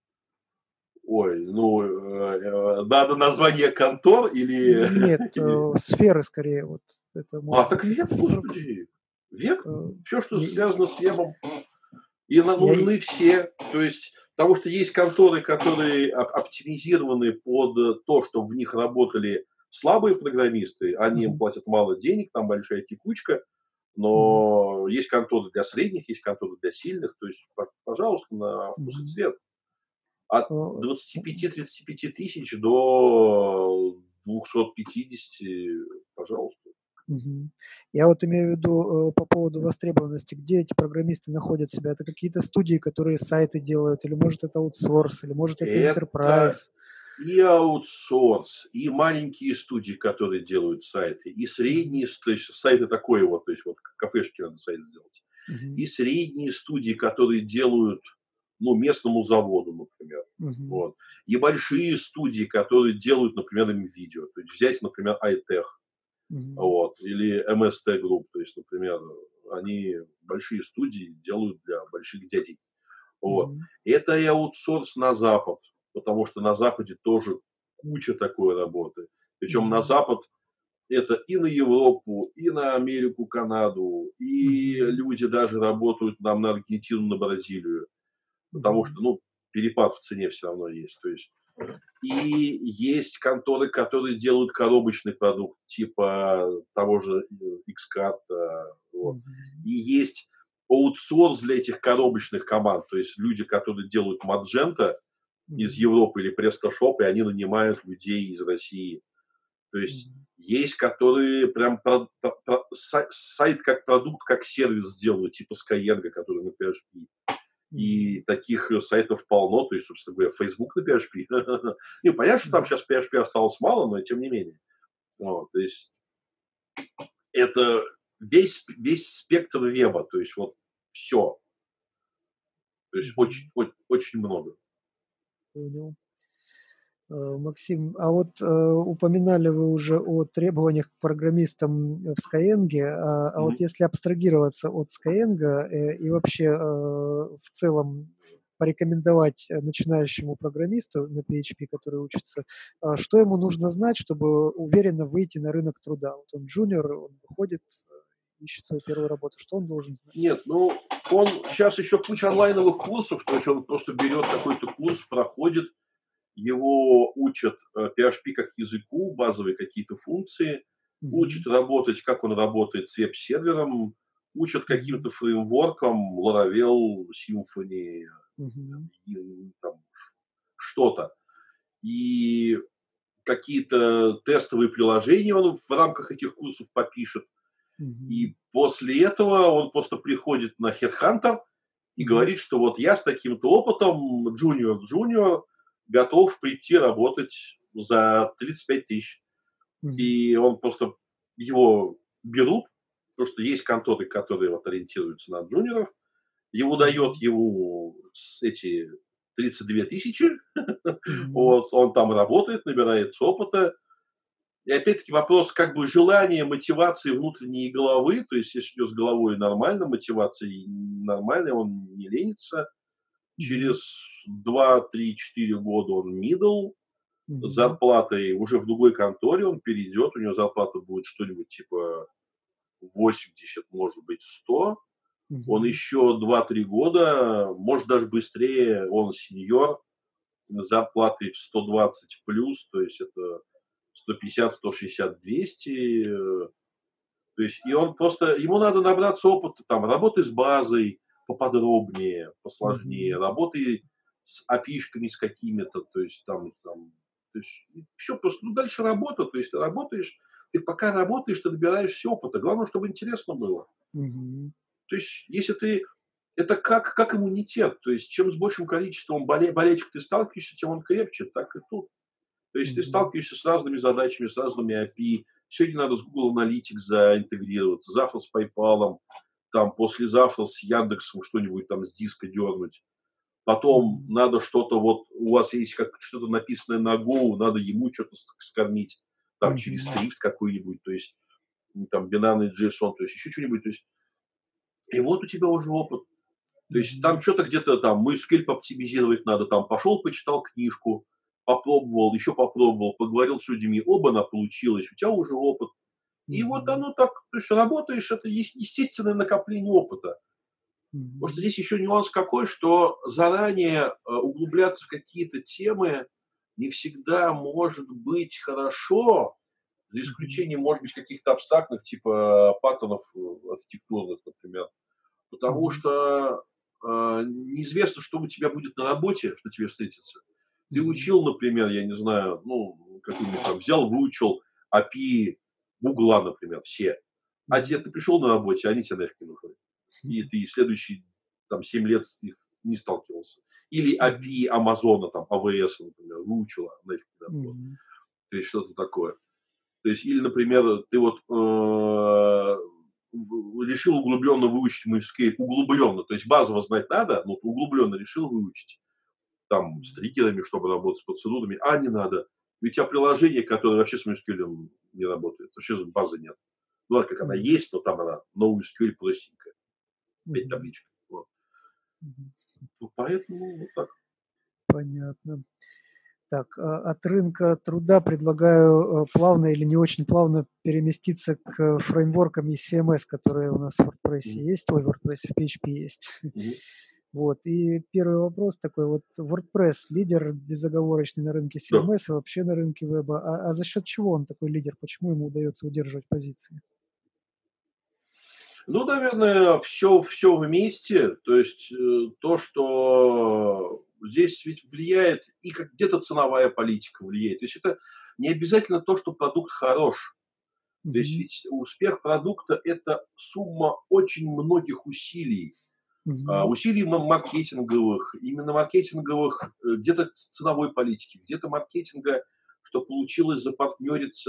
Ой, ну, надо название контор или... Нет, или... сферы скорее. Вот это А, может так быть. веб, господи. Веб, Э, все, что я, связано с вебом. И я, нужны все. То есть, потому что есть конторы, которые оптимизированы под то, чтобы в них работали слабые программисты, они им Мгм, платят мало денег, там большая текучка, мгм, но есть конторы для средних, есть конторы для сильных, то есть, пожалуйста, на вкус и мгм. цвет. От Э, 25-35 тысяч до 250, пожалуйста. Мгм. Я вот имею в виду, по поводу востребованности. Где эти программисты находят себя? Это какие-то студии, которые сайты делают, или может это аутсорс, или может это Это enterprise? и аутсорс, и маленькие студии, которые делают сайты, и Мгм, средние, то есть сайты такое вот, то есть вот кафешки надо сайт сделать, мгм, и средние студии, которые делают, ну, местному заводу, например. мгм, Вот. И большие студии, которые делают, например, им видео. То есть взять, например, iTech, мгм, вот, или MST Group, то есть, например, они большие студии делают для больших дядей. Вот. мгм, Это и аутсорс на Запад, потому что на Западе тоже куча такой работы. Причем на мгм, Запад это и на Европу, и на Америку, Канаду, и мгм, люди даже работают нам на Аргентину, на Бразилию, потому мгм, что, ну, перепад в цене все равно есть. То есть и есть конторы, которые делают коробочный продукт, типа того же Xcart. Вот. мгм, И есть аутсорс для этих коробочных команд, то есть люди, которые делают Magento из мгм, Европы или PrestaShop, и они нанимают людей из России. То есть мгм, есть, которые прям сайт как продукт, как сервис делают, типа Skyeng, который на PHP. мгм, И таких сайтов полно, то есть, собственно говоря, Facebook на PHP. Не, понятно, что там мгм. сейчас PHP осталось мало, но тем не менее. Вот, то есть это весь спектр веба, то есть вот все, то есть очень, Мгм. очень много. Понял. Максим, а вот, упоминали вы уже о требованиях к программистам в Skyeng, а вот Мгм. если абстрагироваться от Skyeng, и вообще, в целом порекомендовать, начинающему программисту на PHP, который учится, что ему нужно знать, чтобы уверенно выйти на рынок труда? Вот он джуниор, он выходит, ищет свою первую работу. Что он должен знать? Нет, ну он сейчас еще куча онлайновых курсов, то есть он просто берет какой-то курс, проходит, его учат PHP как языку, базовые какие-то функции, Мгм, учат работать, как он работает с веб-сервером, учат мгм, каким-то фреймворкам, Laravel, Symfony, мгм, и там что-то. И какие-то тестовые приложения он в рамках этих курсов попишет. мгм, И после этого он просто приходит на Headhunter и мгм, говорит, что вот я с таким-то опытом, джуниор, готов прийти работать за 35 тысяч. мгм, И он просто, его берут, потому что есть конторы, которые вот ориентируются на джуниоров, ему дает мгм, ему эти 32 тысячи, мгм, вот, он там работает, набирается опыта, И опять-таки вопрос как бы желания, мотивации внутренней головы, то есть если у него с головой нормально, мотивация нормальная, он не ленится, Мгм. через 2, 3, 4 года он middle, с Мгм. зарплатой уже в другой конторе он перейдет, у него зарплата будет что-нибудь типа 80, может быть, 100. Он Мгм. еще 2, 3 года, может даже быстрее, он сеньор, с зарплатой в 120 плюс, то есть это 150, 160, 200. То есть, и он просто, ему надо набраться опыта, там, работы с базой поподробнее, посложнее, Мгм. работы с API-шками с какими-то, то есть, то есть, все просто, ну, дальше работа, то есть, ты работаешь, ты пока работаешь, ты набираешься опыта, главное, чтобы интересно было. Мгм. То есть, если ты, это как иммунитет, то есть, чем с большим количеством болельщик ты сталкиваешься, тем он крепче, так и тут. То есть ты Мгм. сталкиваешься с разными задачами, с разными API. Сегодня надо с Google Analytics заинтегрироваться, завтра с PayPal, там, послезавтра с Яндексом что-нибудь там с диска дернуть. Потом Мгм. надо что-то, вот у вас есть как что-то написанное на Go, надо ему что-то скормить, там, через Мгм. Swift какой-нибудь, то есть, там, бинарный JSON, то есть, еще что-нибудь, то есть, и вот у тебя уже опыт. То есть там Мгм. что-то где-то там MySQL оптимизировать надо, там пошел, почитал книжку, попробовал, еще попробовал, поговорил с людьми, оба она получилась, у тебя уже опыт. И вот Мгм. оно так, то есть работаешь, это естественное накопление опыта. Потому что Мгм. здесь еще нюанс какой, что заранее углубляться в какие-то темы не всегда может быть хорошо, за Мгм. исключением, может быть, каких-то абстрактных, типа паттернов архитектурных, например. Потому Мгм. что неизвестно, что у тебя будет на работе, что тебе встретится. Ты Мгм. учил, например, я не знаю, ну, какой-нибудь там взял, выучил API Гугла, например, все. А тебе Мгм. ты пришел на работе, они тебе нафиг не нужны. И ты следующие там 7 лет их не сталкивался. Или Мгм. API Амазона, там, АВС, например, выучила, нафиг не надо было. Мгм. То есть что-то такое. То есть, или, например, ты вот решил углубленно выучить MySQL, углубленно, то есть базово знать надо, но ты углубленно решил выучить, там, с Мгм. триггерами, чтобы работать с процедурами, а не надо. И у тебя приложение, которое вообще с MySQL не работает, вообще базы нет. Ну, а как она Мгм. есть, но там она NoSQL простенькая, 5 Мгм. табличек. Вот. Мгм. Ну, поэтому вот так. Понятно. Так, от рынка труда предлагаю плавно или не очень плавно переместиться к фреймворкам и CMS, которые у нас в WordPress Мгм. есть, ой, в WordPress, в PHP есть. Мгм. Вот, и первый вопрос такой, вот WordPress лидер безоговорочный на рынке Да. CMS и вообще на рынке веба, а за счет чего он такой лидер, почему ему удается удерживать позиции? Ну, наверное, все вместе. То есть, то, что здесь ведь влияет и как где-то ценовая политика влияет. То есть это не обязательно то, что продукт хорош. То есть Мгм. ведь успех продукта – это сумма очень многих усилий. Мгм. Усилий маркетинговых, именно маркетинговых, где-то ценовой политики, где-то маркетинга, что получилось запартнериться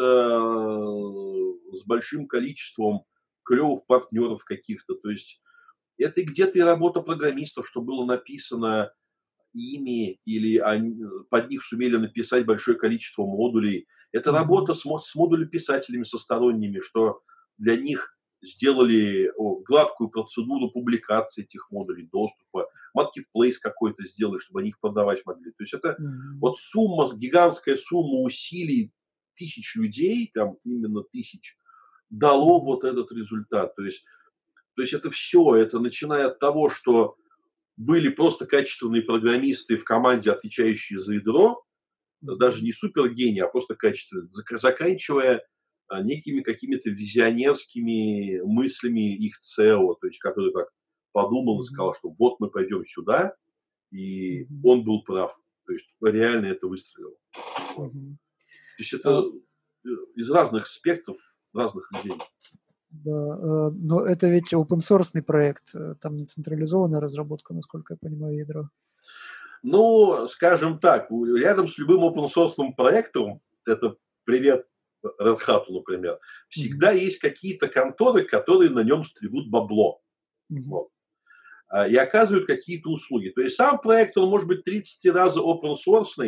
с большим количеством клевых партнеров каких-то. То есть это и где-то и работа программистов, что было написано ими, или они, под них сумели написать большое количество модулей. Это Мгм. работа с модулеписателями, со сторонними, что для них сделали гладкую процедуру публикации этих модулей, доступа, маркетплейс какой-то сделали, чтобы они их продавать могли. То есть это Мгм. вот сумма, гигантская сумма усилий тысяч людей, прям именно тысяч, дало Мгм. вот этот результат. То есть это все, это начиная от того, что были просто качественные программисты в команде, отвечающие за ядро, даже Мгм. не супергении, а просто качественные, заканчивая некими какими-то визионерскими мыслями их СЕО, то есть который так подумал и Мгм. сказал, что вот мы пойдем сюда, и Мгм. он был прав. То есть реально это выстрелило. Вот. Мгм. То есть это А, из разных аспектов, разных людей. да, но это ведь open source проект, там не централизованная разработка, насколько я понимаю, ядро. Ну, скажем так, рядом с любым open source проектом, это привет Red Hat, например, Мгм. всегда есть какие-то конторы, которые на нем стригут бабло. Мгм. Вот. И оказывают какие-то услуги. То есть сам проект, он может быть 30 раза open source,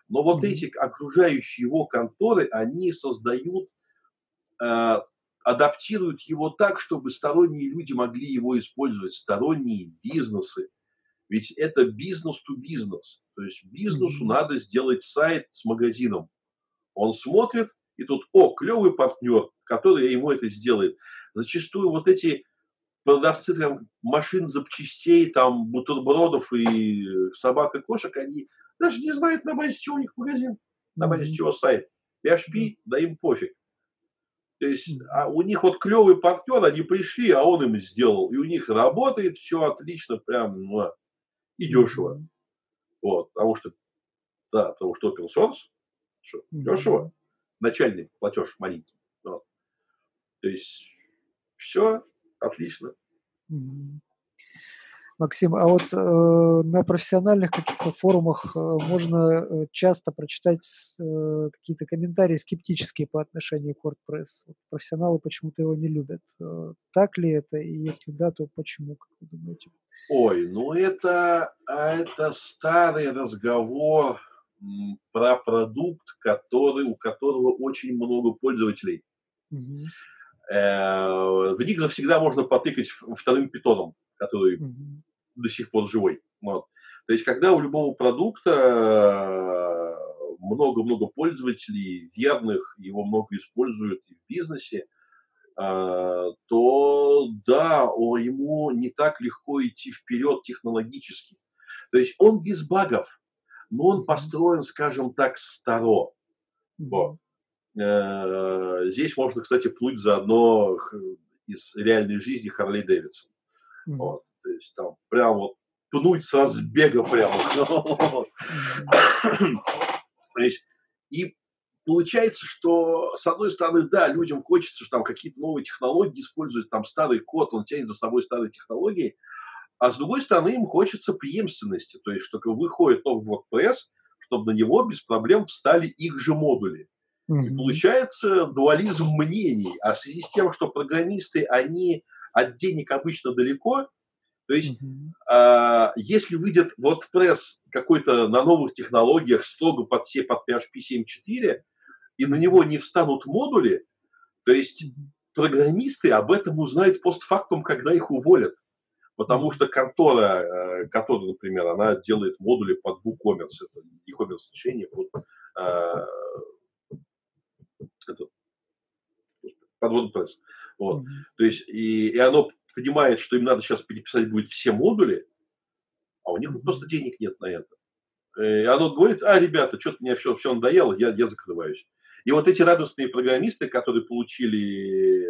Но вот Мгм. эти окружающие его конторы, они создают, э, адаптируют его так, чтобы сторонние люди могли его использовать, сторонние бизнесы. Ведь это бизнес to бизнес. То есть бизнесу Мгм. надо сделать сайт с магазином. Он смотрит, и тут, о, клевый партнер, который ему это сделает. Зачастую вот эти продавцы прям машин, запчастей, там, бутербродов и собак и кошек, они даже не знают, на базе чего у них магазин, на базе Мгм. чего сайт. Да. PHP, да им пофиг. То есть, Мгм. а у них вот клевый партнер, они пришли, а он им сделал. И у них работает все отлично, прям, и дешево. Мгм. Вот, потому что open source, что, Мгм. дешево, начальный платеж маленький. Вот. То есть, все отлично. Мгм. Максим, а вот, на профессиональных каких-то форумах, можно, часто прочитать какие-то комментарии скептические по отношению к WordPress. Вот профессионалы почему-то его не любят. Так ли это? И если да, то почему, как вы думаете? Ой, ну это старый разговор, про продукт, у которого очень много пользователей. Мгм. В них завсегда можно потыкать вторым питоном, который Мгм. до сих пор живой. Вот. То есть, когда у любого продукта много-много пользователей, верных, его много используют и в бизнесе, то да, ему не так легко идти вперед технологически. То есть он без багов, но он Мгм. построен, скажем так, старо. Вот. Мгм. Здесь можно, кстати, плыть заодно из реальной жизни Харли Дэвидсон. Мгм. Вот. То есть там прям вот пнуть с разбега прямо. Мгм. То есть, и получается, что, с одной стороны, да, людям хочется, что там какие-то новые технологии использовать, там старый код, он тянет за собой старые технологии, а с другой стороны, им хочется преемственности, то есть, что выходит новый WordPress, чтобы на него без проблем встали их же модули. И Мгм. получается дуализм мнений. А в связи с тем, что программисты, они от денег обычно далеко, то есть, Мгм. если выйдет WordPress какой-то на новых технологиях, строго под PHP 7.4, и на него Мгм. не встанут модули, то есть Мгм. программисты об этом узнают постфактум, когда их уволят. Потому Мгм. что контора, которая, например, она делает модули под WooCommerce, это e-commerce решение под, э, это, под WordPress. Вот. Мгм. То есть, и оно понимает, что им надо сейчас переписать будет все модули, а у них вот просто Мгм. денег нет на это. И оно говорит, ребята, что-то мне все надоело, я закрываюсь. И вот эти радостные программисты, которые получили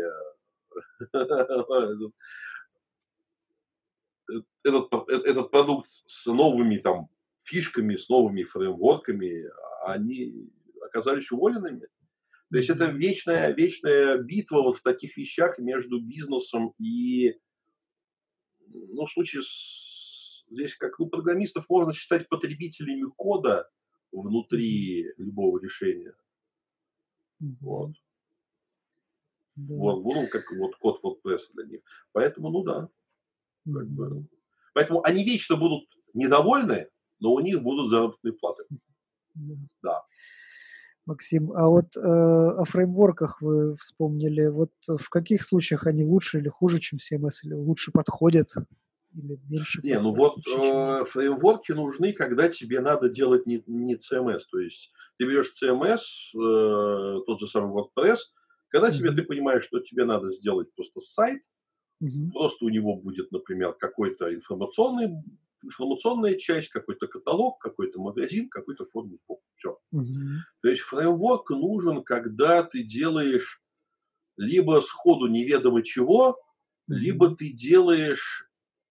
этот продукт с новыми там фишками, с новыми фреймворками, они оказались уволенными. То есть это Мгм. вечная битва вот в таких вещах между бизнесом и, ну, в случае здесь как программистов можно считать потребителями кода Мгм. внутри любого решения. Вот. Мгм. Да. Вот, ну, как вот код WordPress для них. Поэтому, ну да, как бы. Мгм. Поэтому они вечно будут недовольны, но у них будут заработные платы. Да. Да. Максим, а вот, о фреймворках вы вспомнили. Вот в каких случаях они лучше или хуже, чем CMS, или лучше подходят, или меньше Не, ну подходят вот вообще, чем они? фреймворки нужны, когда тебе надо делать не CMS. То есть ты берешь CMS, тот же самый WordPress, когда ты Мгм. понимаешь, что тебе надо сделать просто сайт, Мгм. просто у него будет, например, какой-то информационная часть, какой-то каталог, какой-то магазин, какой-то форму. Все. Мгм. То есть фреймворк нужен, когда ты делаешь либо сходу неведомо чего, либо Мгм. ты делаешь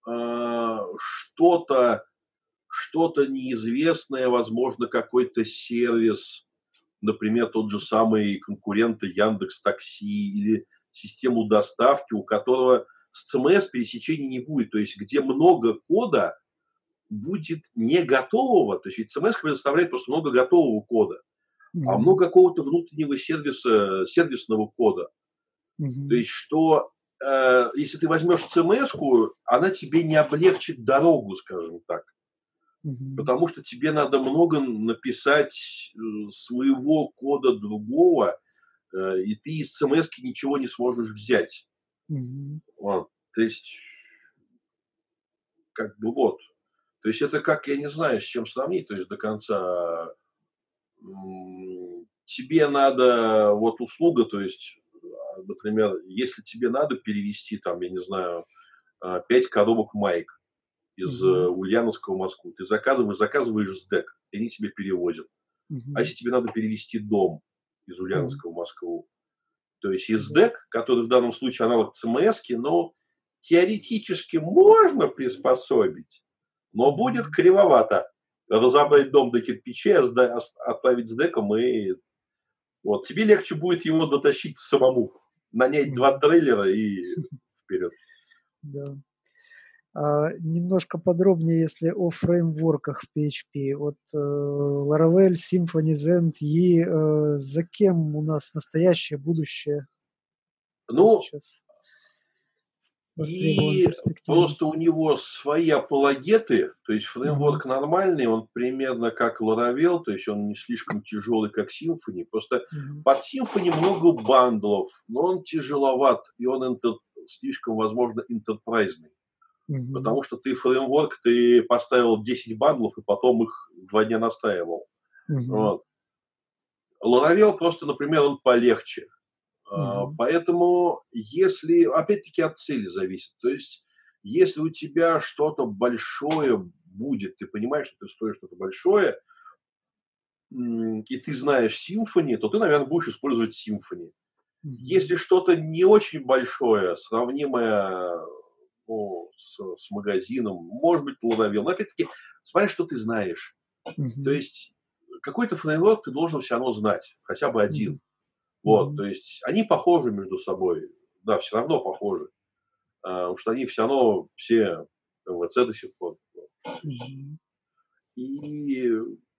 что-то, что-то неизвестное, возможно, какой-то сервис, например, тот же самый конкурент Яндекс Такси или систему доставки, у которого с ЦМС пересечений не будет. То есть, где много кода будет не готового, то есть ведь CMS предоставляет просто много готового кода, а Мгм. много какого-то внутреннего сервиса, сервисного кода. То Мгм. есть, что если ты возьмешь CMS-ку, она тебе не облегчит дорогу, скажем так. Мгм. Потому что тебе надо много написать своего кода другого, и ты из CMS ничего не сможешь взять. Мгм. Вот. То есть, как бы вот. То есть это как, я не знаю, с чем сравнить, то есть до конца. Тебе надо, вот услуга, то есть, например, если тебе надо перевести там, я не знаю, 5 коробок майк из Мгм. Ульяновска в Москву, ты заказываешь СДЭК, и они тебе перевозят. А Мгм. если тебе надо перевести дом из Мгм. Ульяновска в Москву, то есть Да. СДЭК, который в данном случае аналог ЦМС, но теоретически можно приспособить, но будет Мгм. кривовато. Разобрать дом до кирпичей, отправить с деком, и вот тебе легче будет его дотащить самому. Нанять 2 Мгм. трейлера и вперед. Да. Немножко подробнее, если о фреймворках в PHP. Вот, Laravel, Symfony, Zend и, за кем у нас настоящее, будущее? Кто Ну, сейчас востребован и перспективно? просто у него свои апологеты, то есть Ага. фреймворк нормальный, он примерно как Laravel, то есть он не слишком тяжелый, как Symfony. Просто Мгм. под Symfony много бандлов, но он тяжеловат, и он слишком, возможно, интерпрайзный. Мгм. Потому что ты фреймворк, ты поставил 10 бандлов и потом их 2 дня настраивал. Мгм. Вот. Laravel просто, например, он полегче. Мгм. Поэтому, если, опять-таки, от цели зависит. То есть, если у тебя что-то большое будет, ты понимаешь, что ты стоишь что-то большое, и ты знаешь Symfony, то ты, наверное, будешь использовать Symfony. Если Мгм. что-то не очень большое, сравнимое, ну, с магазином, может быть, Laravel. Но опять-таки, смотри, что ты знаешь. То Мгм. есть какой-то фреймворк ты должен все равно знать, хотя бы один. Мгм. Вот, то Мгм. есть они похожи между собой. Да, все равно похожи. Потому что они все равно все МВЦ до сих пор. Мгм. И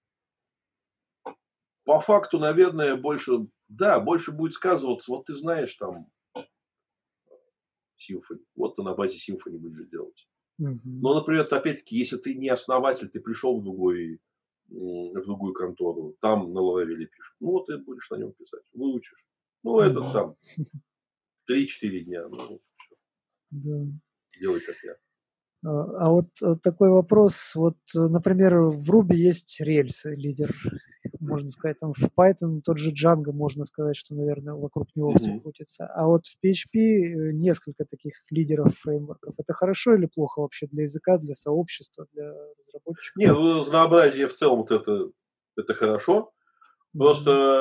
по факту, наверное, больше, да, больше будет сказываться, вот ты знаешь там Symfony, вот ты на базе Symfony будешь делать. Мгм. Но, например, опять-таки, если ты не основатель, ты пришел в другую контору, там на Laravel пишут, ну, вот ты будешь на нем писать, выучишь. Ну, этот Мгм. там 3-4 дня, ну, Да. делай как я. Вот, такой вопрос. Вот, например, в Ruby есть рельсы, лидер, можно сказать, там в Python тот же Django, можно сказать, что, наверное, вокруг него все Мгм. крутится. А вот в PHP, несколько таких лидеров фреймворков. Это хорошо или плохо вообще для языка, для сообщества, для разработчиков? Не, ну, разнообразие в целом вот это хорошо. Просто, Мгм.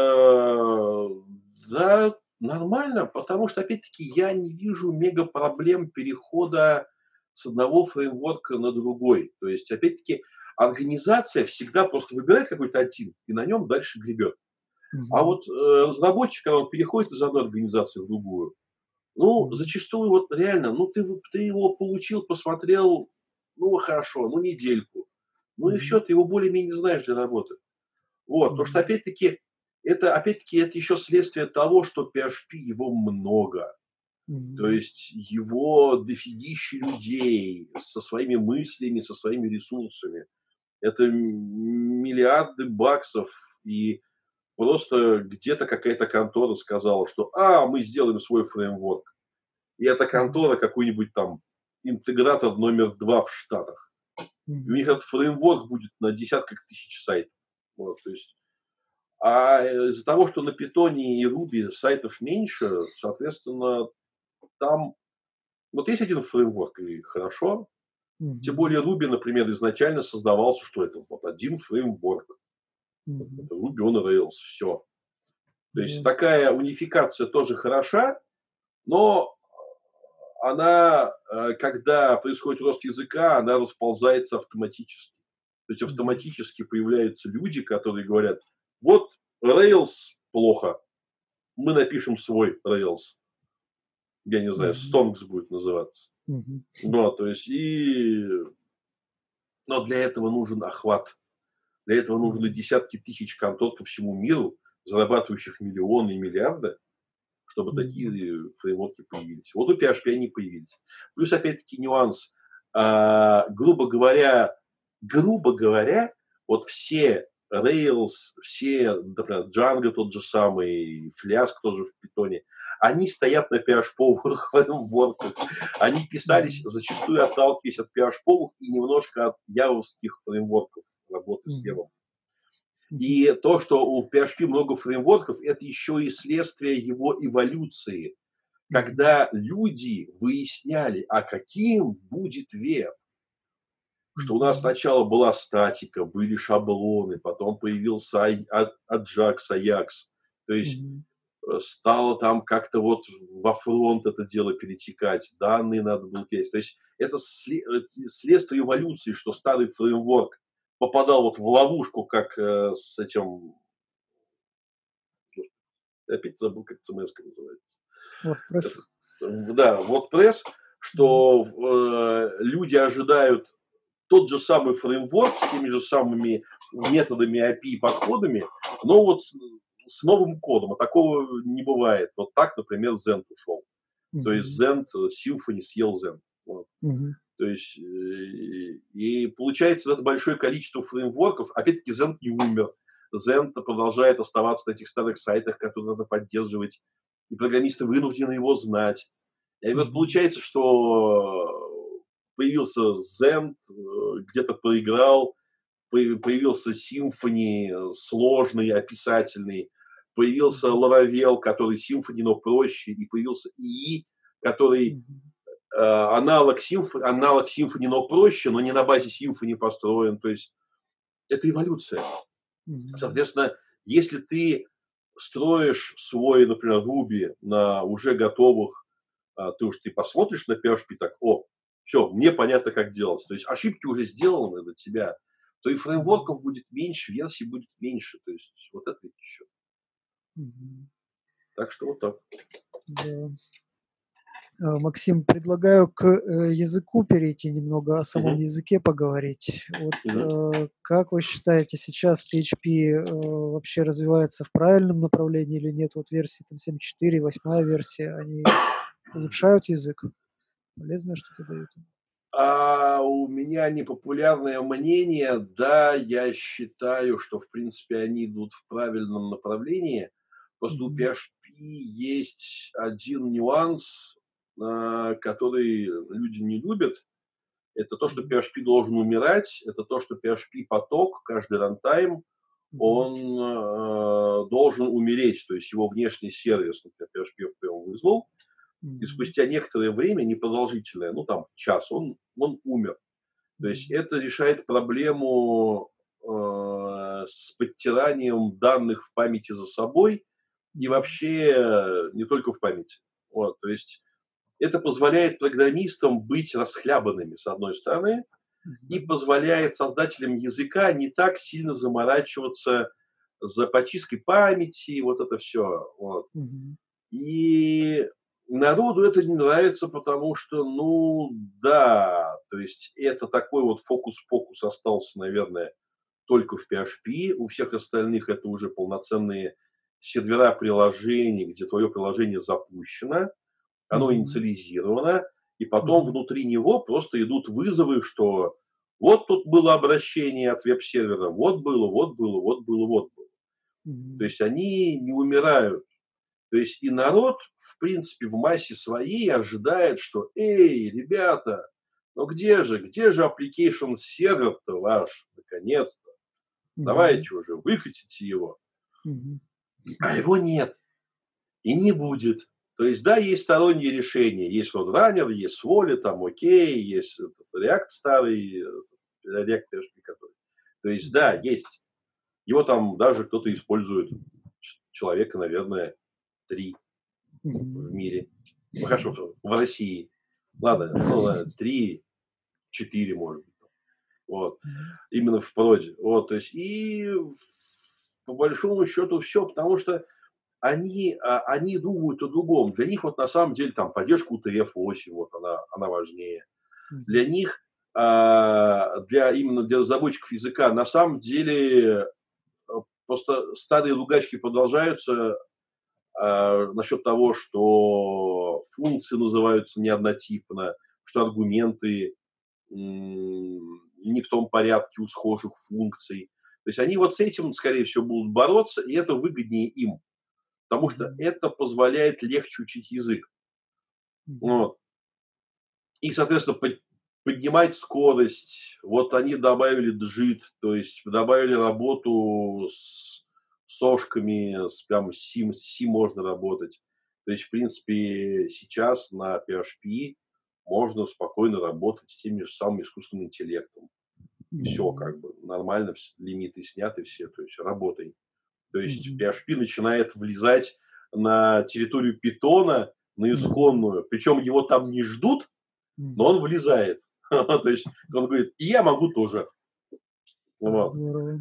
да, нормально, потому что, опять-таки, я не вижу мега проблем перехода с одного фреймворка на другой. То есть, опять-таки, организация всегда просто выбирает какой-то один и на нем дальше гребет. А Мгм. вот разработчик, когда он переходит из одной организации в другую, ну, Мгм. зачастую вот реально, ну, ты его получил, посмотрел, ну, хорошо, ну, недельку. Ну и все, Мгм. ты его более-менее знаешь для работы. Вот, потому что Мгм. опять-таки, это еще следствие того, что PHP его много. То Мгм. есть его дофигища людей со своими мыслями, со своими ресурсами. Это миллиарды баксов, и просто где-то какая-то контора сказала, что мы сделаем свой фреймворк. И эта Мгм. контора какой-нибудь там интегратор номер 2 в Штатах. И у них Мгм. этот фреймворк будет на десятках тысяч сайтов. Вот, то есть из-за того, что на питоне и руби сайтов меньше, соответственно, там вот есть один фреймворк, и хорошо. Тем Мгм. более Ruby, например, изначально создавался, что это вот один фреймворк. Мгм. Это Ruby on Rails, все. То есть Да. такая унификация тоже хороша, но она, когда происходит рост языка, она расползается автоматически. То есть Мгм. автоматически появляются люди, которые говорят, вот Rails плохо, мы напишем свой Rails. Я не знаю, Мгм. Stonks будет называться. Мгм. Да, то есть но для этого нужен охват. Для этого нужны Мгм. десятки тысяч контор по всему миру, зарабатывающих миллионы и миллиарды, чтобы такие Мгм. фреймворки появились. Вот у PHP они появились. Плюс, опять-таки, нюанс. Грубо говоря, грубо говоря, вот все Rails, все, например, Django тот же самый, Flask тоже в питоне, они стоят на PHP-овых фреймворках. Они писались Мгм. зачастую отталкиваясь от PHP-овых и немножко от явовских фреймворков работы с Мгм. явом. Мгм. И то, что у PHP много фреймворков, это еще и следствие его эволюции. Мгм. Когда люди выясняли, а каким будет веб, что у нас Мгм. сначала была статика, были шаблоны, потом появился Ajax, Ajax. То есть Мгм. стало там как-то вот во фронт это дело перетекать, данные надо было переть. То есть это следствие эволюции, что старый фреймворк попадал вот в ловушку, как с этим, я опять забыл, как CMS называется. WordPress. Это, да, WordPress, Мгм. что люди ожидают тот же самый фреймворк с теми же самыми методами, API и подходами, но вот с новым кодом. А такого не бывает. Вот так, например, Zend ушел. То есть Мгм. Zend, Symfony съел Zend. Вот. Мгм. То есть, и получается это большое количество фреймворков. Опять-таки, Zend не умер. Zend продолжает оставаться на этих старых сайтах, которые надо поддерживать. И программисты вынуждены его знать. И вот Мгм. получается, что появился Zend, где-то поиграл, появился Symfony сложный, описательный, появился Мгм. Laravel, который Symfony, но проще, и появился ИИ, который Мгм. аналог Symfony, но проще, но не на базе Symfony построен. То есть это эволюция. Мгм. Соответственно, если ты строишь свой, например, Ruby на уже готовых, ты посмотришь на PHP так, о, все, мне понятно, как делать. То есть ошибки уже сделаны для тебя, то и Мгм. фреймворков будет меньше, версий будет меньше. То есть вот это ведь еще. Мгм. Так что вот так. Да. Максим, предлагаю к, языку перейти, немного о самом Мгм. языке поговорить. Вот, Мгм. как вы считаете, сейчас PHP, вообще развивается в правильном направлении или нет? Вот версии там 7.4, 8 версия, они улучшают язык? Полезное что-то дают? А у меня непопулярное мнение. Да, я считаю, что, в принципе, они идут в правильном направлении. Просто у Мгм. PHP есть один нюанс, который люди не любят. Это то, что Мгм. PHP должен умирать. Это то, что PHP-поток, каждый рантайм, Мгм. он должен умереть. То есть его внешний сервис, например, PHP FPM вызвал, и Мгм. спустя некоторое время, непродолжительное, ну там час, он умер. То есть Мгм. это решает проблему с подтиранием данных в памяти за собой и Мгм. вообще не только в памяти. Вот, то есть это позволяет программистам быть расхлябанными, с одной стороны, и Мгм. позволяет создателям языка не так сильно заморачиваться за почисткой памяти, вот это все. Вот. Мгм. И народу это не нравится, потому что, ну да, то есть это такой вот фокус-покус остался, наверное, только в PHP. У всех остальных это уже полноценные сервера приложений, где твое приложение запущено, оно Мгм. инициализировано, и потом Мгм. внутри него просто идут вызовы, что вот тут было обращение от веб-сервера, вот было, вот было, вот было, вот было. То Мгм. есть они не умирают. То есть и народ, в принципе, в массе своей ожидает, что, эй, ребята, ну где же application сервер-то ваш, наконец-то, Мгм. давайте уже, выкатите его. Мгм. А его нет и не будет. То есть, да, есть сторонние решения, есть Roadrunner, есть Volley, там, окей, есть React старый, React PHP который. То есть, да, Мгм. есть. Его там даже кто-то использует, человека, наверное, 3 в Мгм. мире. Ну, хорошо, в России. Ладно, ну, ладно, 3, 4, может быть. Вот. Мгм. Именно в проде. Вот, то есть, по большому счету все, потому что они думают о другом. Для них вот на самом деле там поддержка UTF-8, вот она важнее. Для Мгм. них, именно для разработчиков языка, на самом деле просто старые ругачки продолжаются насчет того, что функции называются неоднотипно, что аргументы не в том порядке у схожих функций. То есть они вот с этим, скорее всего, будут бороться, и это выгоднее им, потому что Мгм. это позволяет легче учить язык. Мгм. Вот. И, соответственно, поднимать скорость. Вот они добавили джит, то есть добавили работу с сошками, прям с C можно работать. То есть, в принципе, сейчас на PHP можно спокойно работать с теми же самыми искусственным интеллектом. И все, Мгм. как бы, нормально, лимиты сняты все, то есть работай. То есть Мгм. PHP начинает влезать на территорию питона, на Мгм. исконную, причем его там не ждут, но Мгм. он влезает. То есть он говорит, и я могу тоже. Вот. Здорово.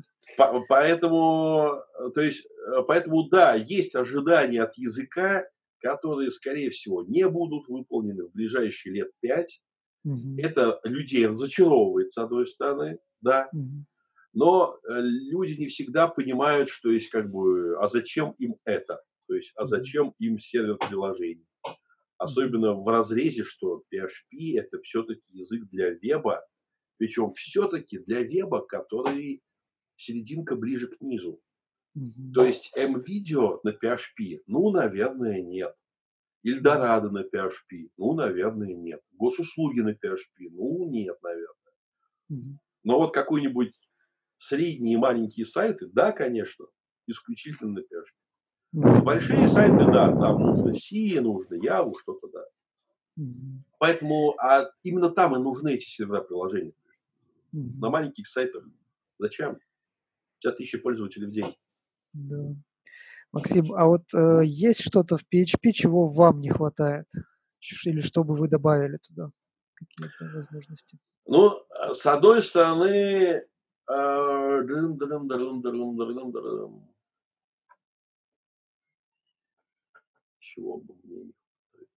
Поэтому, поэтому, да, есть ожидания от языка, которые, скорее всего, не будут выполнены в ближайшие лет 5. Мгм. Это людей разочаровывает, с одной стороны, да, Мгм. но люди не всегда понимают, что есть как бы, а зачем им это? То есть, а Мгм. зачем им сервер приложений? Мгм. Особенно в разрезе, что PHP это все-таки язык для веба, причем все-таки для веба, который серединка ближе к низу. То Мгм. есть MVideo на PHP, ну, наверное, нет. Мгм. Эльдорадо на PHP, ну, наверное, нет. Госуслуги на PHP, ну, нет, наверное. Мгм. Но вот какой-нибудь средние и маленькие сайты, да, конечно, исключительно на PHP. Мгм. Большие сайты, да, там нужно C, нужно Java, что-то, да. Мгм. Поэтому именно там и нужны эти сервера приложений. На Мгм. маленьких сайтах зачем? У тебя тысячи пользователей в день. Да. Максим, а вот, есть что-то в PHP, чего вам не хватает? Или что бы вы добавили туда? Какие-то возможности? Ну, с одной стороны, дырым-дырым-дырым-дырым-дырым-дырым. Чего бы мне не хватает?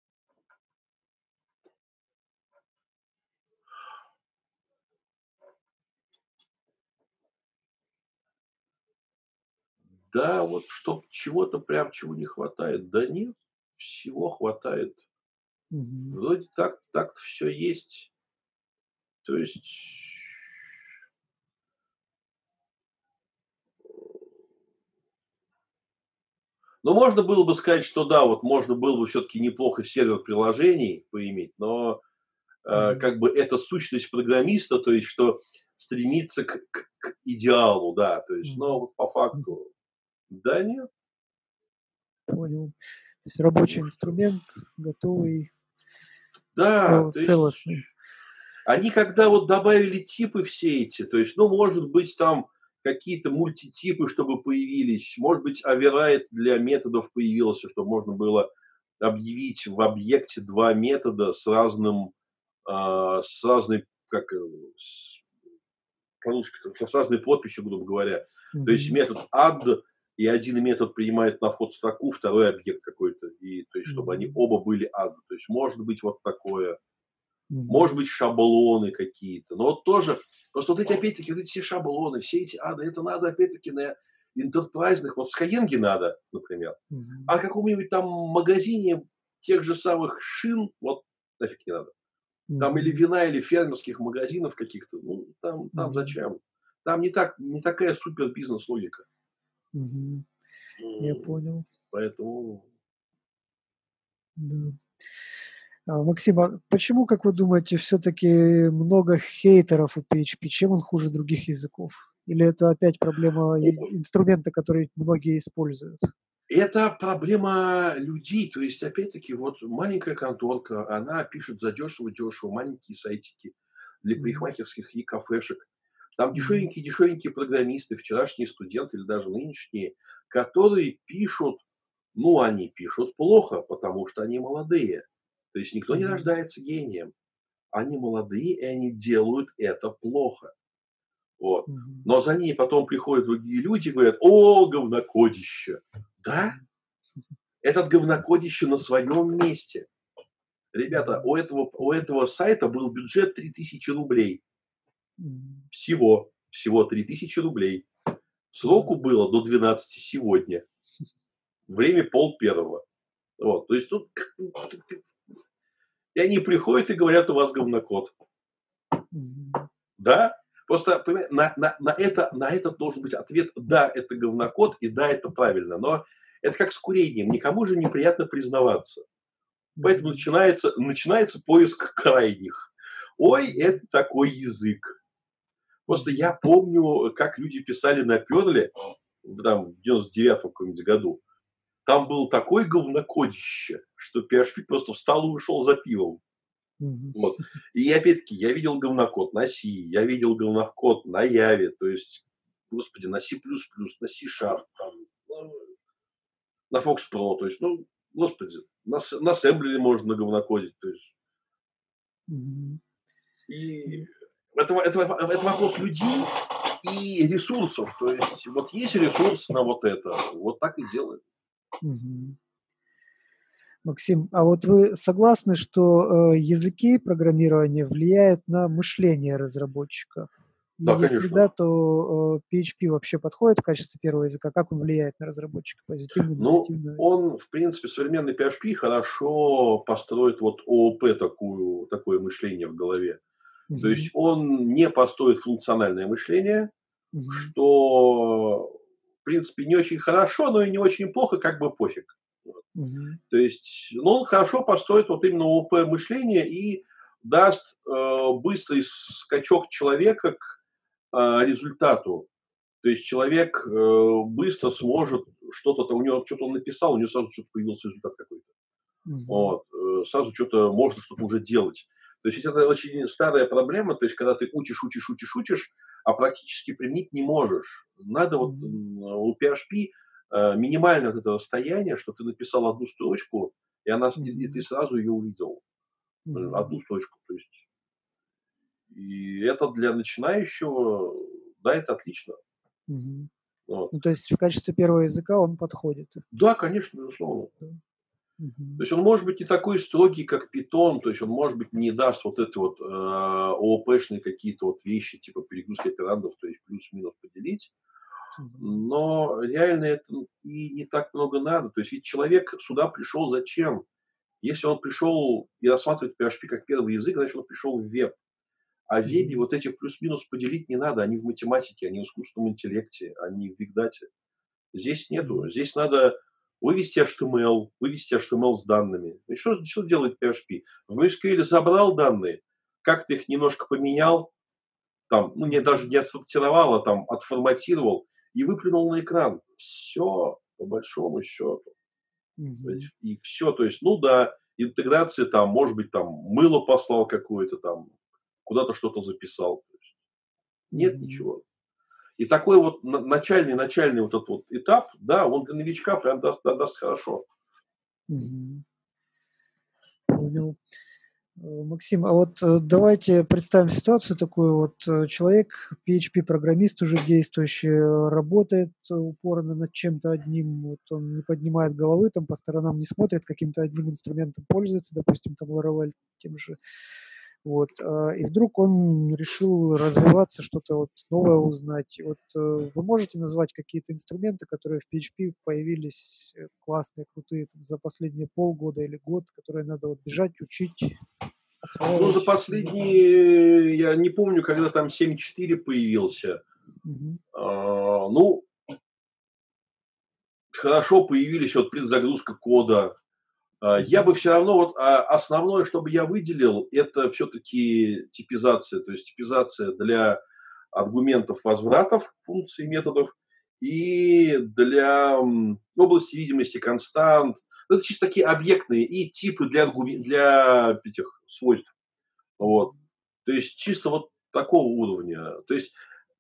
Да, вот чтоб чего-то прям, чего не хватает. Да нет, всего хватает. Мгм. Вроде так-то все есть. То есть, ну, можно было бы сказать, что да, вот можно было бы все-таки неплохо сервер приложений поиметь, но Мгм. как бы это сущность программиста, то есть что стремится к идеалу, да, то есть, но Мгм. вот по Мгм. факту, да нет, Понял. То есть ну рабочий что, инструмент, готовый, да, то есть целостный. они когда вот добавили типы все эти, то есть, ну, может быть, там какие-то мультитипы, чтобы появились, может быть, override для методов появился, чтобы можно было объявить в объекте два метода с разным, с разной, как, по-русски, с разной подписью, грубо говоря. То есть Мгм. метод add, и один метод принимает на вход строку, второй объект какой-то, и то есть чтобы они Мгм. оба были add. То есть может быть вот такое. Может Мгм. быть, шаблоны какие-то. Но вот тоже, просто вот эти, опять-таки, вот эти все шаблоны, все эти ады, это надо, опять-таки, на интерпрайзных, вот в Skyeng надо, например. А Мгм. какому-нибудь там магазине тех же самых шин, вот нафиг не надо. Там или Мгм. вина, или фермерских магазинов каких-то, ну, там Мгм. зачем? Там не такая супер бизнес-логика. Мгм. Я М, понял, Поэтому, да. Максим, а почему, как вы думаете, все-таки много хейтеров у PHP? Чем он хуже других языков? Или это опять проблема инструмента, который многие используют? это проблема людей. То есть, опять-таки, вот маленькая конторка, она пишет задешево-дешево, маленькие сайтики для Мгм. парикмахерских и кафешек. Там Мгм. дешевенькие программисты, вчерашние студенты или даже нынешние, которые пишут, ну, они пишут плохо, потому что они молодые. То есть никто не Мгм. рождается гением. Они молодые, и они делают это плохо. Вот. Мгм. Но за ней потом приходят другие люди и говорят, о, говнокодище. Да, Мгм. этот говнокодище на своем месте. Ребята, Мгм. у этого сайта был бюджет 3000 рублей. Мгм. Всего 3000 рублей. Да. Сроку было до 12 сегодня. Время пол первого. Вот. То есть тут и они приходят и говорят, у вас говнокод. Мгм. Да? Просто, понимаешь, на это должен быть ответ: да, это говнокод, и да, это правильно. Но это как с курением. Никому же неприятно признаваться. Поэтому Мгм. начинается поиск крайних. Ой, Мгм. это такой язык. Просто я Мгм. помню, как люди писали на Перле, там, в 99-м каком-нибудь году. Там был такое говнокодище, что PHP просто встал и ушел за пивом. Мгм. Вот. И опять-таки, я видел говнокод на C, я видел говнокод на Яве, то есть, господи, на C++, на C-Sharp, там, ну, на Fox Pro, то есть, ну, господи, на ассемблере можно говнокодить, то есть. Мгм. И это вопрос людей и ресурсов. То есть, вот есть ресурс на вот это, вот так и делаем. Мгм. Максим, а вот вы согласны, что, языки программирования влияют на мышление разработчика? И Да, если да, конечно. то, PHP вообще подходит в качестве первого языка? Как он влияет на разработчика? Позитивно, Ну, негативно? он, в принципе, современный PHP хорошо построит вот ООП такое мышление в голове. То есть Мгм. он не построит функциональное мышление, Мгм. что, в принципе, не очень хорошо, но и не очень плохо, как бы пофиг. Вот. Мгм. То есть, ну, он хорошо построит вот именно ООП мышление и даст быстрый скачок человека к результату. То есть человек быстро сможет что-то, у него что-то он написал, у него сразу что-то появился результат какой-то. Мгм. Вот, сразу что-то можно что-то уже делать. То есть это очень старая проблема, то есть когда ты учишь, а практически применить не можешь. Надо вот Мгм. у PHP минимальное вот это расстояние, что ты написал одну строчку, и ты Мгм. сразу ее увидел. Мгм. Одну строчку. То есть, и это для начинающего, да, это отлично. Мгм. Вот. Ну, то есть в качестве первого языка он подходит. Да, конечно, безусловно. Да. То Мгм. есть он может быть не такой строгий, как питон, то есть он, может быть, не даст вот это вот ООП-шные какие-то вот вещи, типа перегрузки операндов, то есть плюс-минус поделить, Мгм. но реально это и не так много надо. То есть ведь человек сюда пришел зачем? Если он пришел и рассматривает PHP как первый язык, значит он пришел в веб. А в вебе Мгм. вот этих плюс-минус поделить не надо, они в математике, они в искусственном интеллекте, они в бигдате. Здесь нету. Мгм. Здесь надо вывести HTML с данными. И что делает PHP? В MySQL забрал данные, как ты их немножко поменял, там, ну, не, даже Мгм. не отсортировал, а там отформатировал и выплюнул на экран. Все, по большому счету. То есть, Мгм. и все. То есть, ну да, интеграция там, может быть, там мыло послал какое-то там, куда-то что-то записал. То есть, нет Мгм. ничего. И такой вот начальный вот этот вот этап, да, он для новичка прям даст хорошо. Мгм. Понял. Максим, а вот, давайте представим ситуацию такую. Вот, человек, PHP-программист уже действующий, работает упорно над чем-то одним. Вот он не поднимает головы, там по сторонам не смотрит, каким-то одним инструментом пользуется, допустим, там Laravel тем же. Вот, и вдруг он решил развиваться, что-то вот новое узнать. Вот, вы можете назвать какие-то инструменты, которые в PHP появились, классные, крутые, там, за последние полгода или год, которые надо вот бежать, учить, Ну, за осваивать? последние, я не помню, когда там 7.4 появился. Мгм. Ну, хорошо появились вот предзагрузка кода. Я бы Мгм. все равно, вот основное, чтобы я выделил, это все-таки типизация. То есть типизация для аргументов возвратов, функций, методов, и для области видимости констант. Ну, это чисто такие объектные и типы для этих свойств. Вот. Мгм. То есть чисто вот такого уровня. То есть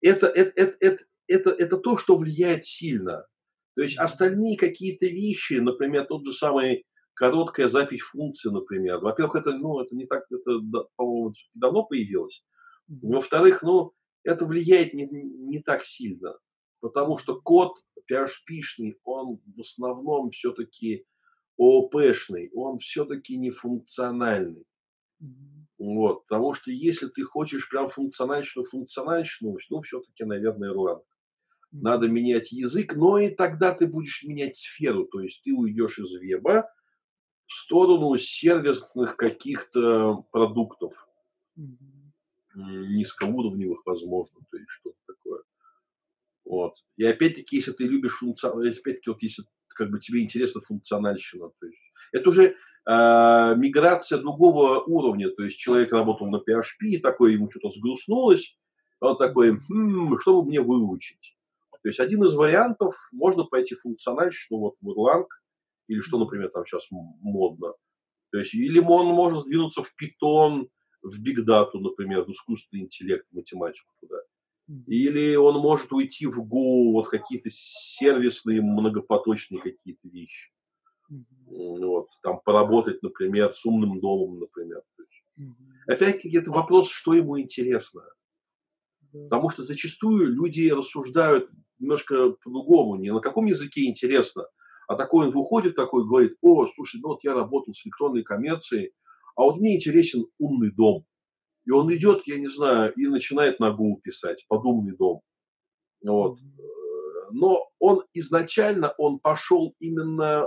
это то, что влияет сильно. То есть Мгм. остальные какие-то вещи, например, тот же самый короткая запись функции, например. Во-первых, это, ну, это не так, это, по-моему, давно появилось. Мгм. Во-вторых, ну, это влияет не так сильно. Потому что Мгм. код PHP-шный, он в основном все-таки ООП-шный, он все-таки не функциональный. Мгм. Вот, потому что если ты хочешь прям функциональщину, ну, все-таки, наверное, Erlang. Надо Мгм. менять язык, но и тогда ты будешь менять сферу, то есть ты уйдешь из веба в сторону сервисных каких-то продуктов. Мгм. низкоуровневых, возможно, то есть что-то такое. Вот. И опять-таки, если ты любишь опять-таки, вот если как бы тебе интересна функциональщина, то есть это уже миграция другого уровня, то есть человек работал на PHP, и такой ему что-то сгрустнулось, он такой, что бы мне выучить? То есть один из вариантов, можно пойти функциональщину, вот в Erlang, или что, например, там сейчас модно. То есть, или он может сдвинуться в Python, в Big Data, например, в искусственный интеллект, в математику туда. Или он может уйти в Go, вот какие-то сервисные, многопоточные какие-то вещи. Вот, там поработать, например, с умным домом, например. Опять-таки, это вопрос, что ему интересно. Потому что зачастую люди рассуждают немножко по-другому. Не на каком языке интересно, а такой он выходит, такой говорит, слушай, ну вот я работал с электронной коммерцией, а вот мне интересен умный дом. И он идет, я не знаю, и начинает на Go писать под умный дом. Вот. Но он изначально пошел именно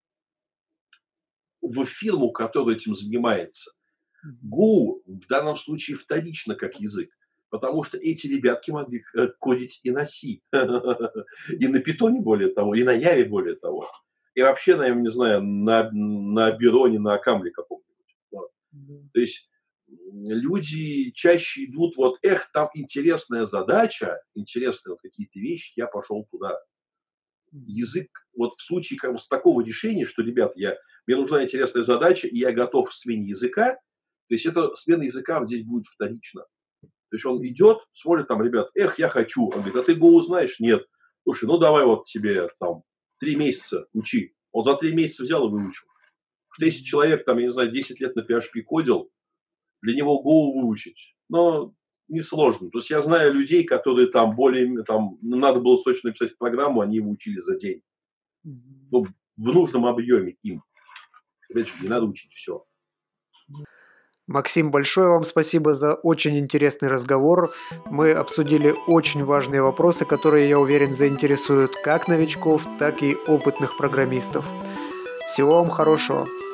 в фирму, которая этим занимается. Go в данном случае вторично как язык, потому что эти ребятки могли кодить и на C, и на Python более того, и на Яве более того. И вообще, наверное, не знаю, на Бироне, на Акамле каком-нибудь. Вот. То есть люди чаще идут, там интересная задача, интересные вот какие-то вещи, я пошел туда. Язык, вот в случае как бы с такого решения, что, ребят, мне нужна интересная задача, и я готов к смене языка, то есть это смена языка здесь будет вторично. То есть он идет, смотрит там, ребят, я хочу. Он говорит, а ты Go знаешь? Нет. Слушай, ну давай вот тебе там 3 месяца учи. Он за 3 месяца взял и выучил. Потому что если человек там, я не знаю, 10 лет на PHP кодил, для него Go выучить, но несложно. То есть я знаю людей, которые там надо было срочно написать программу, они его учили за день. Ну, в нужном объеме им. Опять же, не надо учить все. Максим, большое вам спасибо за очень интересный разговор. Мы обсудили очень важные вопросы, которые, я уверен, заинтересуют как новичков, так и опытных программистов. Всего вам хорошего.